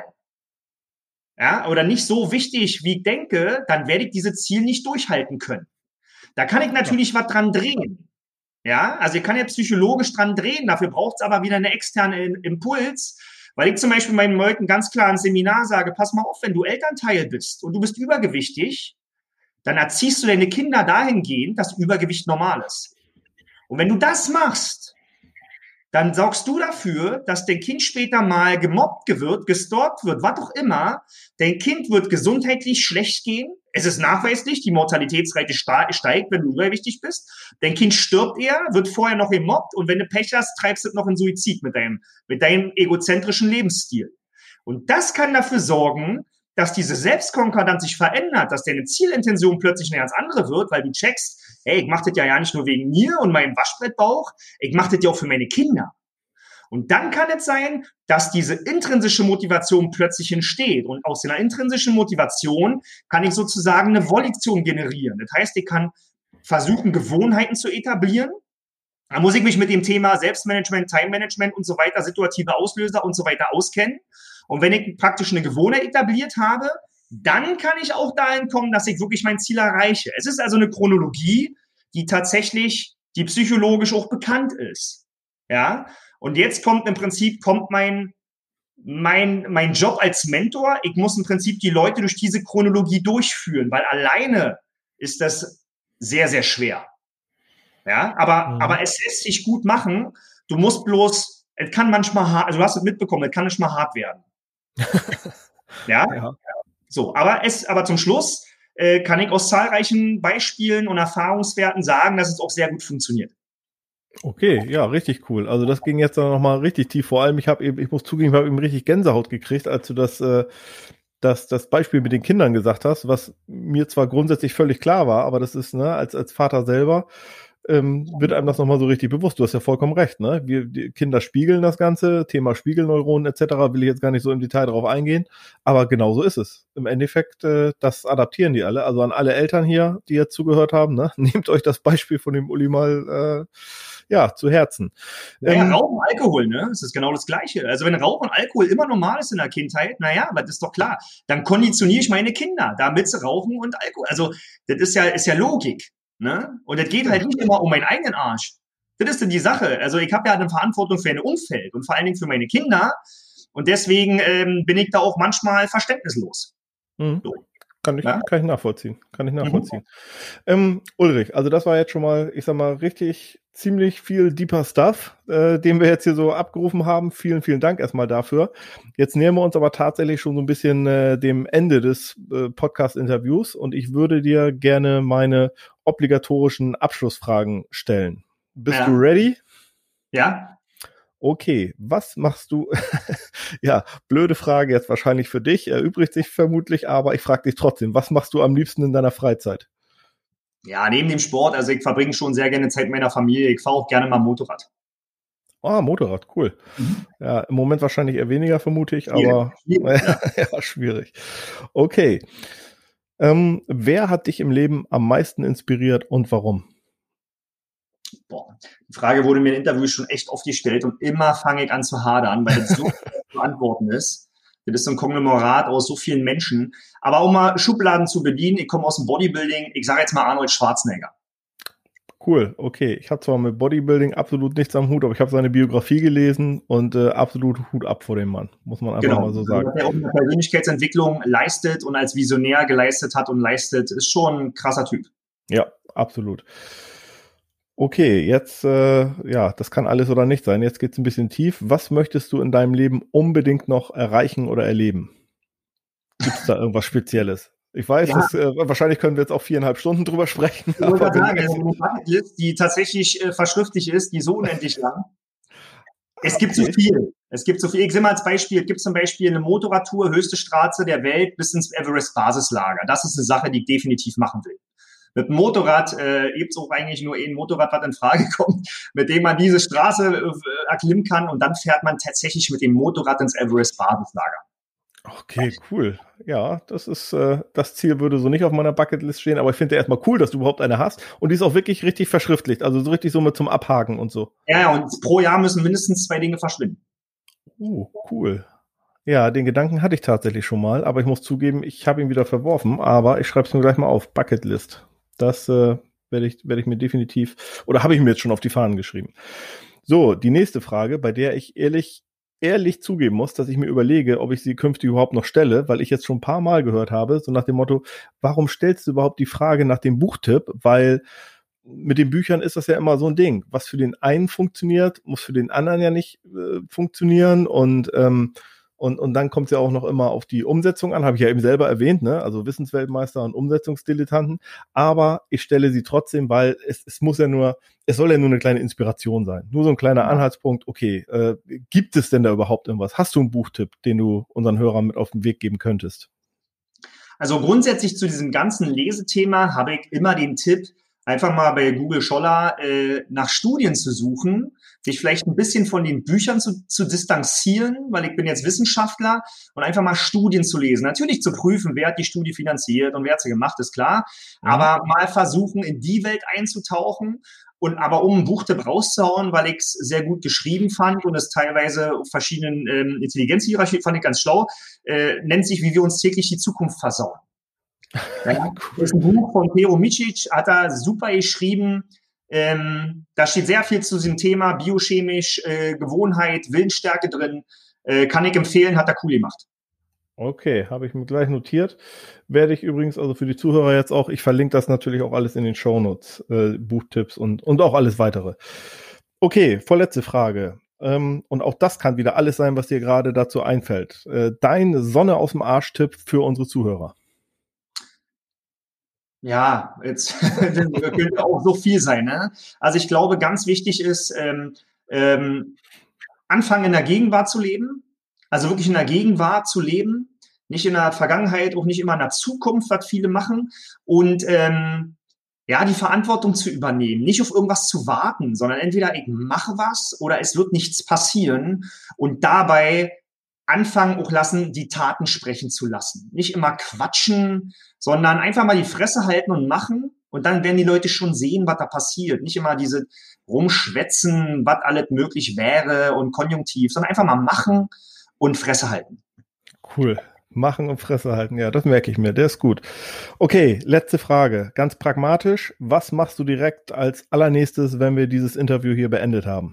ja, oder nicht so wichtig, wie ich denke, dann werde ich dieses Ziel nicht durchhalten können. Da kann ich natürlich was dran drehen. Ja, also ich kann ja psychologisch dran drehen, dafür braucht es aber wieder einen externen Impuls, weil ich zum Beispiel meinen Leuten ganz klar im Seminar sage, pass mal auf, wenn du Elternteil bist und du bist übergewichtig, dann erziehst du deine Kinder dahingehend, dass Übergewicht normal ist. Und wenn du das machst, dann sorgst du dafür, dass dein Kind später mal gemobbt wird, gestalkt wird, was auch immer. Dein Kind wird gesundheitlich schlecht gehen. Es ist nachweislich, die Mortalitätsrate steigt, wenn du übergewichtig bist. Dein Kind stirbt eher, wird vorher noch gemobbt und wenn du Pech hast, treibst du noch in Suizid mit deinem, mit deinem egozentrischen Lebensstil. Und das kann dafür sorgen, dass diese Selbstkonkordanz sich verändert, dass deine Zielintention plötzlich eine ganz andere wird, weil du checkst, hey, ich mache das ja, ja nicht nur wegen mir und meinem Waschbrettbauch, ich mache das ja auch für meine Kinder. Und dann kann es sein, dass diese intrinsische Motivation plötzlich entsteht. Und aus einer intrinsischen Motivation kann ich sozusagen eine Volition generieren. Das heißt, ich kann versuchen, Gewohnheiten zu etablieren. Da muss ich mich mit dem Thema Selbstmanagement, Time-Management und so weiter, situative Auslöser und so weiter auskennen. Und wenn ich praktisch eine Gewohnheit etabliert habe, dann kann ich auch dahin kommen, dass ich wirklich mein Ziel erreiche. Es ist also eine Chronologie, die tatsächlich, die psychologisch auch bekannt ist. Ja. Und jetzt kommt im Prinzip, kommt mein, mein, mein Job als Mentor. Ich muss im Prinzip die Leute durch diese Chronologie durchführen, weil alleine ist das sehr, sehr schwer. Ja, aber, mhm. aber es lässt sich gut machen. Du musst bloß, es kann manchmal hart, also du hast es mitbekommen, es kann manchmal hart werden. ja? ja. So, aber es, aber zum Schluss äh, kann ich aus zahlreichen Beispielen und Erfahrungswerten sagen, dass es auch sehr gut funktioniert. Okay, ja, richtig cool. Also das ging jetzt dann nochmal richtig tief. Vor allem, ich habe eben, ich muss zugeben, ich habe eben richtig Gänsehaut gekriegt, als du das, äh, das, das Beispiel mit den Kindern gesagt hast, was mir zwar grundsätzlich völlig klar war, aber das ist, ne, als, als Vater selber, ähm, wird einem das nochmal so richtig bewusst. Du hast ja vollkommen recht, ne? Wir, die Kinder spiegeln das Ganze, Thema Spiegelneuronen et cetera, will ich jetzt gar nicht so im Detail darauf eingehen, aber genau so ist es. Im Endeffekt, äh, das adaptieren die alle. Also an alle Eltern hier, die jetzt zugehört haben, ne? Nehmt euch das Beispiel von dem Uli mal, äh, ja, zu Herzen. Naja, ähm, Rauchen, Alkohol, ne? Das ist genau das Gleiche. Also wenn Rauchen und Alkohol immer normal ist in der Kindheit, naja, aber das ist doch klar. Dann konditioniere ich meine Kinder, damit sie rauchen und Alkohol. Also das ist ja, ist ja Logik. Ne? Und es geht halt nicht immer um meinen eigenen Arsch. Das ist denn die Sache. Also ich habe ja eine Verantwortung für ein Umfeld und vor allen Dingen für meine Kinder. Und deswegen ähm, bin ich da auch manchmal verständnislos. Mhm. So. Kann ich, ja? kann ich nachvollziehen. Kann ich nachvollziehen. Mhm. Ähm, Ulrich, also das war jetzt schon mal, ich sag mal, richtig ziemlich viel deeper Stuff, äh, den wir jetzt hier so abgerufen haben. Vielen, vielen Dank erstmal dafür. Jetzt nähern wir uns aber tatsächlich schon so ein bisschen äh, dem Ende des äh, Podcast-Interviews und ich würde dir gerne meine obligatorischen Abschlussfragen stellen. Bist ja. du ready? Ja. Okay, was machst du? Ja, blöde Frage jetzt wahrscheinlich für dich, erübrigt sich vermutlich, aber ich frage dich trotzdem, was machst du am liebsten in deiner Freizeit? Ja, neben dem Sport, also ich verbringe schon sehr gerne Zeit mit meiner Familie. Ich fahre auch gerne mal Motorrad. Ah, Motorrad, cool. Mhm. Ja, im Moment wahrscheinlich eher weniger, vermute ich, aber schwierig, ja. ja, schwierig. Okay. Ähm, wer hat dich im Leben am meisten inspiriert und warum? Boah, die Frage wurde mir in Interviews schon echt oft gestellt und immer fange ich an zu hadern, weil das so schwer zu beantworten ist. Das ist so ein Konglomerat aus so vielen Menschen. Aber um mal Schubladen zu bedienen, ich komme aus dem Bodybuilding, ich sage jetzt mal Arnold Schwarzenegger. Cool, okay. Ich habe zwar mit Bodybuilding absolut nichts am Hut, aber ich habe seine Biografie gelesen und äh, absolut Hut ab vor dem Mann, muss man einfach genau. mal so sagen. Was er auch in der Persönlichkeitsentwicklung leistet und als Visionär geleistet hat und leistet, ist schon ein krasser Typ. Ja, absolut. Okay, jetzt, äh, ja, das kann alles oder nicht sein. Jetzt geht's ein bisschen tief. Was möchtest du in deinem Leben unbedingt noch erreichen oder erleben? Gibt's da irgendwas Spezielles? Ich weiß, Ja. dass, äh, wahrscheinlich können wir jetzt auch viereinhalb Stunden drüber sprechen. Ich wollte aber gerade wenn- sagen, also eine Bucketlist, die tatsächlich äh, verschriftlich ist, die so unendlich lang. Es gibt so Okay. viel. Es gibt so viel. Ich sehe mal als Beispiel, es gibt zum Beispiel eine Motorradtour, höchste Straße der Welt bis ins Everest-Basislager. Das ist eine Sache, die ich definitiv machen will. Mit dem Motorrad äh, gibt es auch eigentlich nur ein Motorrad, was in Frage kommt, mit dem man diese Straße äh, erklimmen kann und dann fährt man tatsächlich mit dem Motorrad ins Everest-Basislager. Okay, cool. Ja, das ist, äh, das Ziel würde so nicht auf meiner Bucketlist stehen, aber ich finde ja erstmal cool, dass du überhaupt eine hast und die ist auch wirklich richtig verschriftlicht, also so richtig so mit zum Abhaken und so. Ja, ja, und pro Jahr müssen mindestens zwei Dinge verschwinden. Uh, cool. Ja, den Gedanken hatte ich tatsächlich schon mal, aber ich muss zugeben, ich habe ihn wieder verworfen, aber ich schreibe es mir gleich mal auf, Bucketlist. Das äh, werde ich, werde ich mir definitiv, oder habe ich mir jetzt schon auf die Fahnen geschrieben. So, die nächste Frage, bei der ich ehrlich ehrlich zugeben muss, dass ich mir überlege, ob ich sie künftig überhaupt noch stelle, weil ich jetzt schon ein paar Mal gehört habe, so nach dem Motto, warum stellst du überhaupt die Frage nach dem Buchtipp? Weil mit den Büchern ist das ja immer so ein Ding. Was für den einen funktioniert, muss für den anderen ja nicht äh, funktionieren und ähm, und, und dann kommt es ja auch noch immer auf die Umsetzung an, habe ich ja eben selber erwähnt, ne? Also Wissensweltmeister und Umsetzungsdilettanten. Aber ich stelle sie trotzdem, weil es, es muss ja nur, es soll ja nur eine kleine Inspiration sein. Nur so ein kleiner Anhaltspunkt, okay, äh, gibt es denn da überhaupt irgendwas? Hast du einen Buchtipp, den du unseren Hörern mit auf den Weg geben könntest? Also grundsätzlich zu diesem ganzen Lesethema habe ich immer den Tipp, einfach mal bei Google Scholar äh, nach Studien zu suchen, sich vielleicht ein bisschen von den Büchern zu, zu distanzieren, weil ich bin jetzt Wissenschaftler, und einfach mal Studien zu lesen. Natürlich zu prüfen, wer hat die Studie finanziert und wer hat sie gemacht, ist klar. Mhm. Aber mal versuchen, in die Welt einzutauchen. Und aber um ein Buchtipp rauszuhauen, weil ich es sehr gut geschrieben fand und es teilweise auf verschiedenen ähm, Intelligenzhierarchien fand ich ganz schlau, äh, nennt sich, wie wir uns täglich die Zukunft versauen. Ja, das ist ein Buch von Pero Micic, hat er super geschrieben. Ähm, da steht sehr viel zu diesem Thema, biochemisch, äh, Gewohnheit, Willensstärke drin. Äh, kann ich empfehlen, hat er cool gemacht. Okay, habe ich mir gleich notiert. Werde ich übrigens, also für die Zuhörer jetzt auch, ich verlinke das natürlich auch alles in den Shownotes, äh, Buchtipps und, und auch alles weitere. Okay, vorletzte Frage. Ähm, und auch das kann wieder alles sein, was dir gerade dazu einfällt. Äh, dein Sonne aus dem Arsch-Tipp für unsere Zuhörer. Ja, jetzt könnte auch so viel sein. Ne? Also ich glaube, ganz wichtig ist, ähm, ähm, anfangen in der Gegenwart zu leben. Also wirklich in der Gegenwart zu leben. Nicht in der Vergangenheit, auch nicht immer in der Zukunft, was viele machen. Und ähm, ja, die Verantwortung zu übernehmen. Nicht auf irgendwas zu warten, sondern entweder ich mache was oder es wird nichts passieren. Und dabei anfangen auch lassen, die Taten sprechen zu lassen. Nicht immer quatschen, sondern einfach mal die Fresse halten und machen. Und dann werden die Leute schon sehen, was da passiert. Nicht immer diese rumschwätzen, was alles möglich wäre und konjunktiv, sondern einfach mal machen und Fresse halten. Cool. Machen und Fresse halten. Ja, das merke ich mir. Der ist gut. Okay, letzte Frage. Ganz pragmatisch. Was machst du direkt als allernächstes, wenn wir dieses Interview hier beendet haben?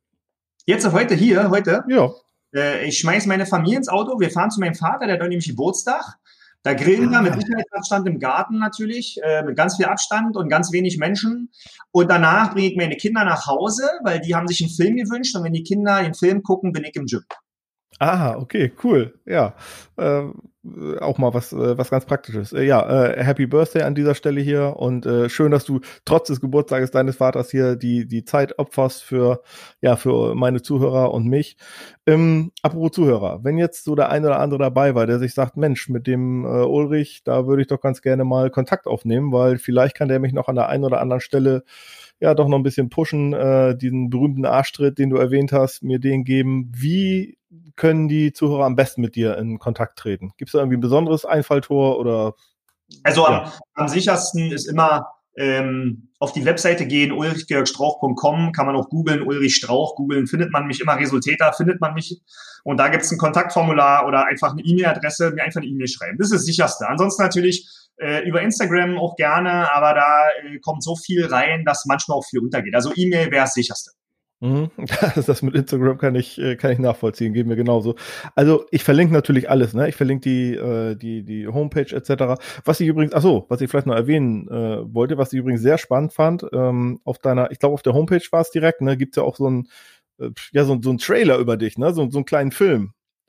Jetzt heute hier, heute? Ja. Äh, ich schmeiße meine Familie ins Auto. Wir fahren zu meinem Vater, der hat nämlich Geburtstag. Da grillen wir mit Sicherheitsabstand im Garten natürlich, äh, mit ganz viel Abstand und ganz wenig Menschen. Und danach bringe ich meine Kinder nach Hause, weil die haben sich einen Film gewünscht. Und wenn die Kinder den Film gucken, bin ich im Gym. Ah, okay, cool. Ja, äh, auch mal was, äh, was ganz Praktisches. Äh, ja, äh, Happy Birthday an dieser Stelle hier und äh, schön, dass du trotz des Geburtstages deines Vaters hier die die Zeit opferst für ja für meine Zuhörer und mich. Ähm, apropos Zuhörer, wenn jetzt so der ein oder andere dabei war, der sich sagt, Mensch, mit dem äh, Ulrich, da würde ich doch ganz gerne mal Kontakt aufnehmen, weil vielleicht kann der mich noch an der einen oder anderen Stelle ja doch noch ein bisschen pushen, äh, diesen berühmten Arschtritt, den du erwähnt hast, mir den geben. Wie können die Zuhörer am besten mit dir in Kontakt treten? Gibt es da irgendwie ein besonderes Einfalltor oder? Also ja. am, am sichersten ist immer ähm, auf die Webseite gehen, ulrich georg strauch punkt com, kann man auch googeln, Ulrich Strauch, googeln, findet man mich immer, Resultäter, findet man mich. Und da gibt es ein Kontaktformular oder einfach eine E-Mail-Adresse, mir einfach eine E-Mail schreiben. Das ist das Sicherste. Ansonsten natürlich äh, über Instagram auch gerne, aber da äh, kommt so viel rein, dass manchmal auch viel untergeht. Also E-Mail wäre das Sicherste. Mhm. Das mit Instagram kann ich kann ich nachvollziehen, geht mir genauso. Also ich verlinke natürlich alles, ne? Ich verlinke die äh, die die Homepage et cetera. Was ich übrigens, ach so, was ich vielleicht noch erwähnen äh, wollte, was ich übrigens sehr spannend fand, ähm, auf deiner, ich glaube auf der Homepage war es direkt, ne? Gibt's ja auch so ein äh, ja so, so ein Trailer über dich, ne? So so einen kleinen Film.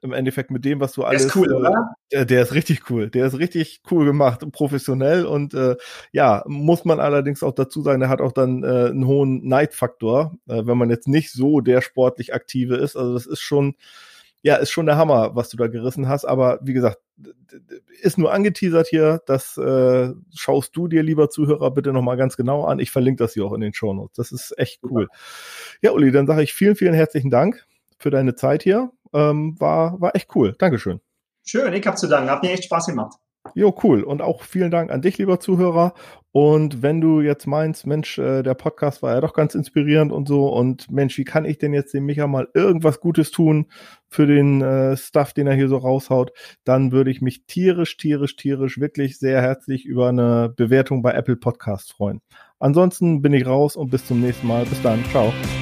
im Endeffekt mit dem, was du alles. Der ist cool, oder? Der, der ist richtig cool. Der ist richtig cool gemacht und professionell und äh, ja, muss man allerdings auch dazu sagen, der hat auch dann äh, einen hohen Neidfaktor, äh, wenn man jetzt nicht so der sportlich Aktive ist. Also das ist schon, ja, ist schon der Hammer, was du da gerissen hast. Aber wie gesagt, ist nur angeteasert hier. Das äh, schaust du dir, lieber Zuhörer, bitte nochmal ganz genau an. Ich verlinke das hier auch in den Shownotes. Das ist echt cool. Ja, Uli, dann sage ich vielen, vielen herzlichen Dank für deine Zeit hier. Ähm, war, war echt cool. Dankeschön. Schön, ich hab zu danken. Hat mir echt Spaß gemacht. Jo, cool. Und auch vielen Dank an dich, lieber Zuhörer. Und wenn du jetzt meinst, Mensch, äh, der Podcast war ja doch ganz inspirierend und so und Mensch, wie kann ich denn jetzt dem Micha mal irgendwas Gutes tun für den äh, Stuff, den er hier so raushaut, dann würde ich mich tierisch, tierisch, tierisch wirklich sehr herzlich über eine Bewertung bei Apple Podcasts freuen. Ansonsten bin ich raus und bis zum nächsten Mal. Bis dann. Ciao.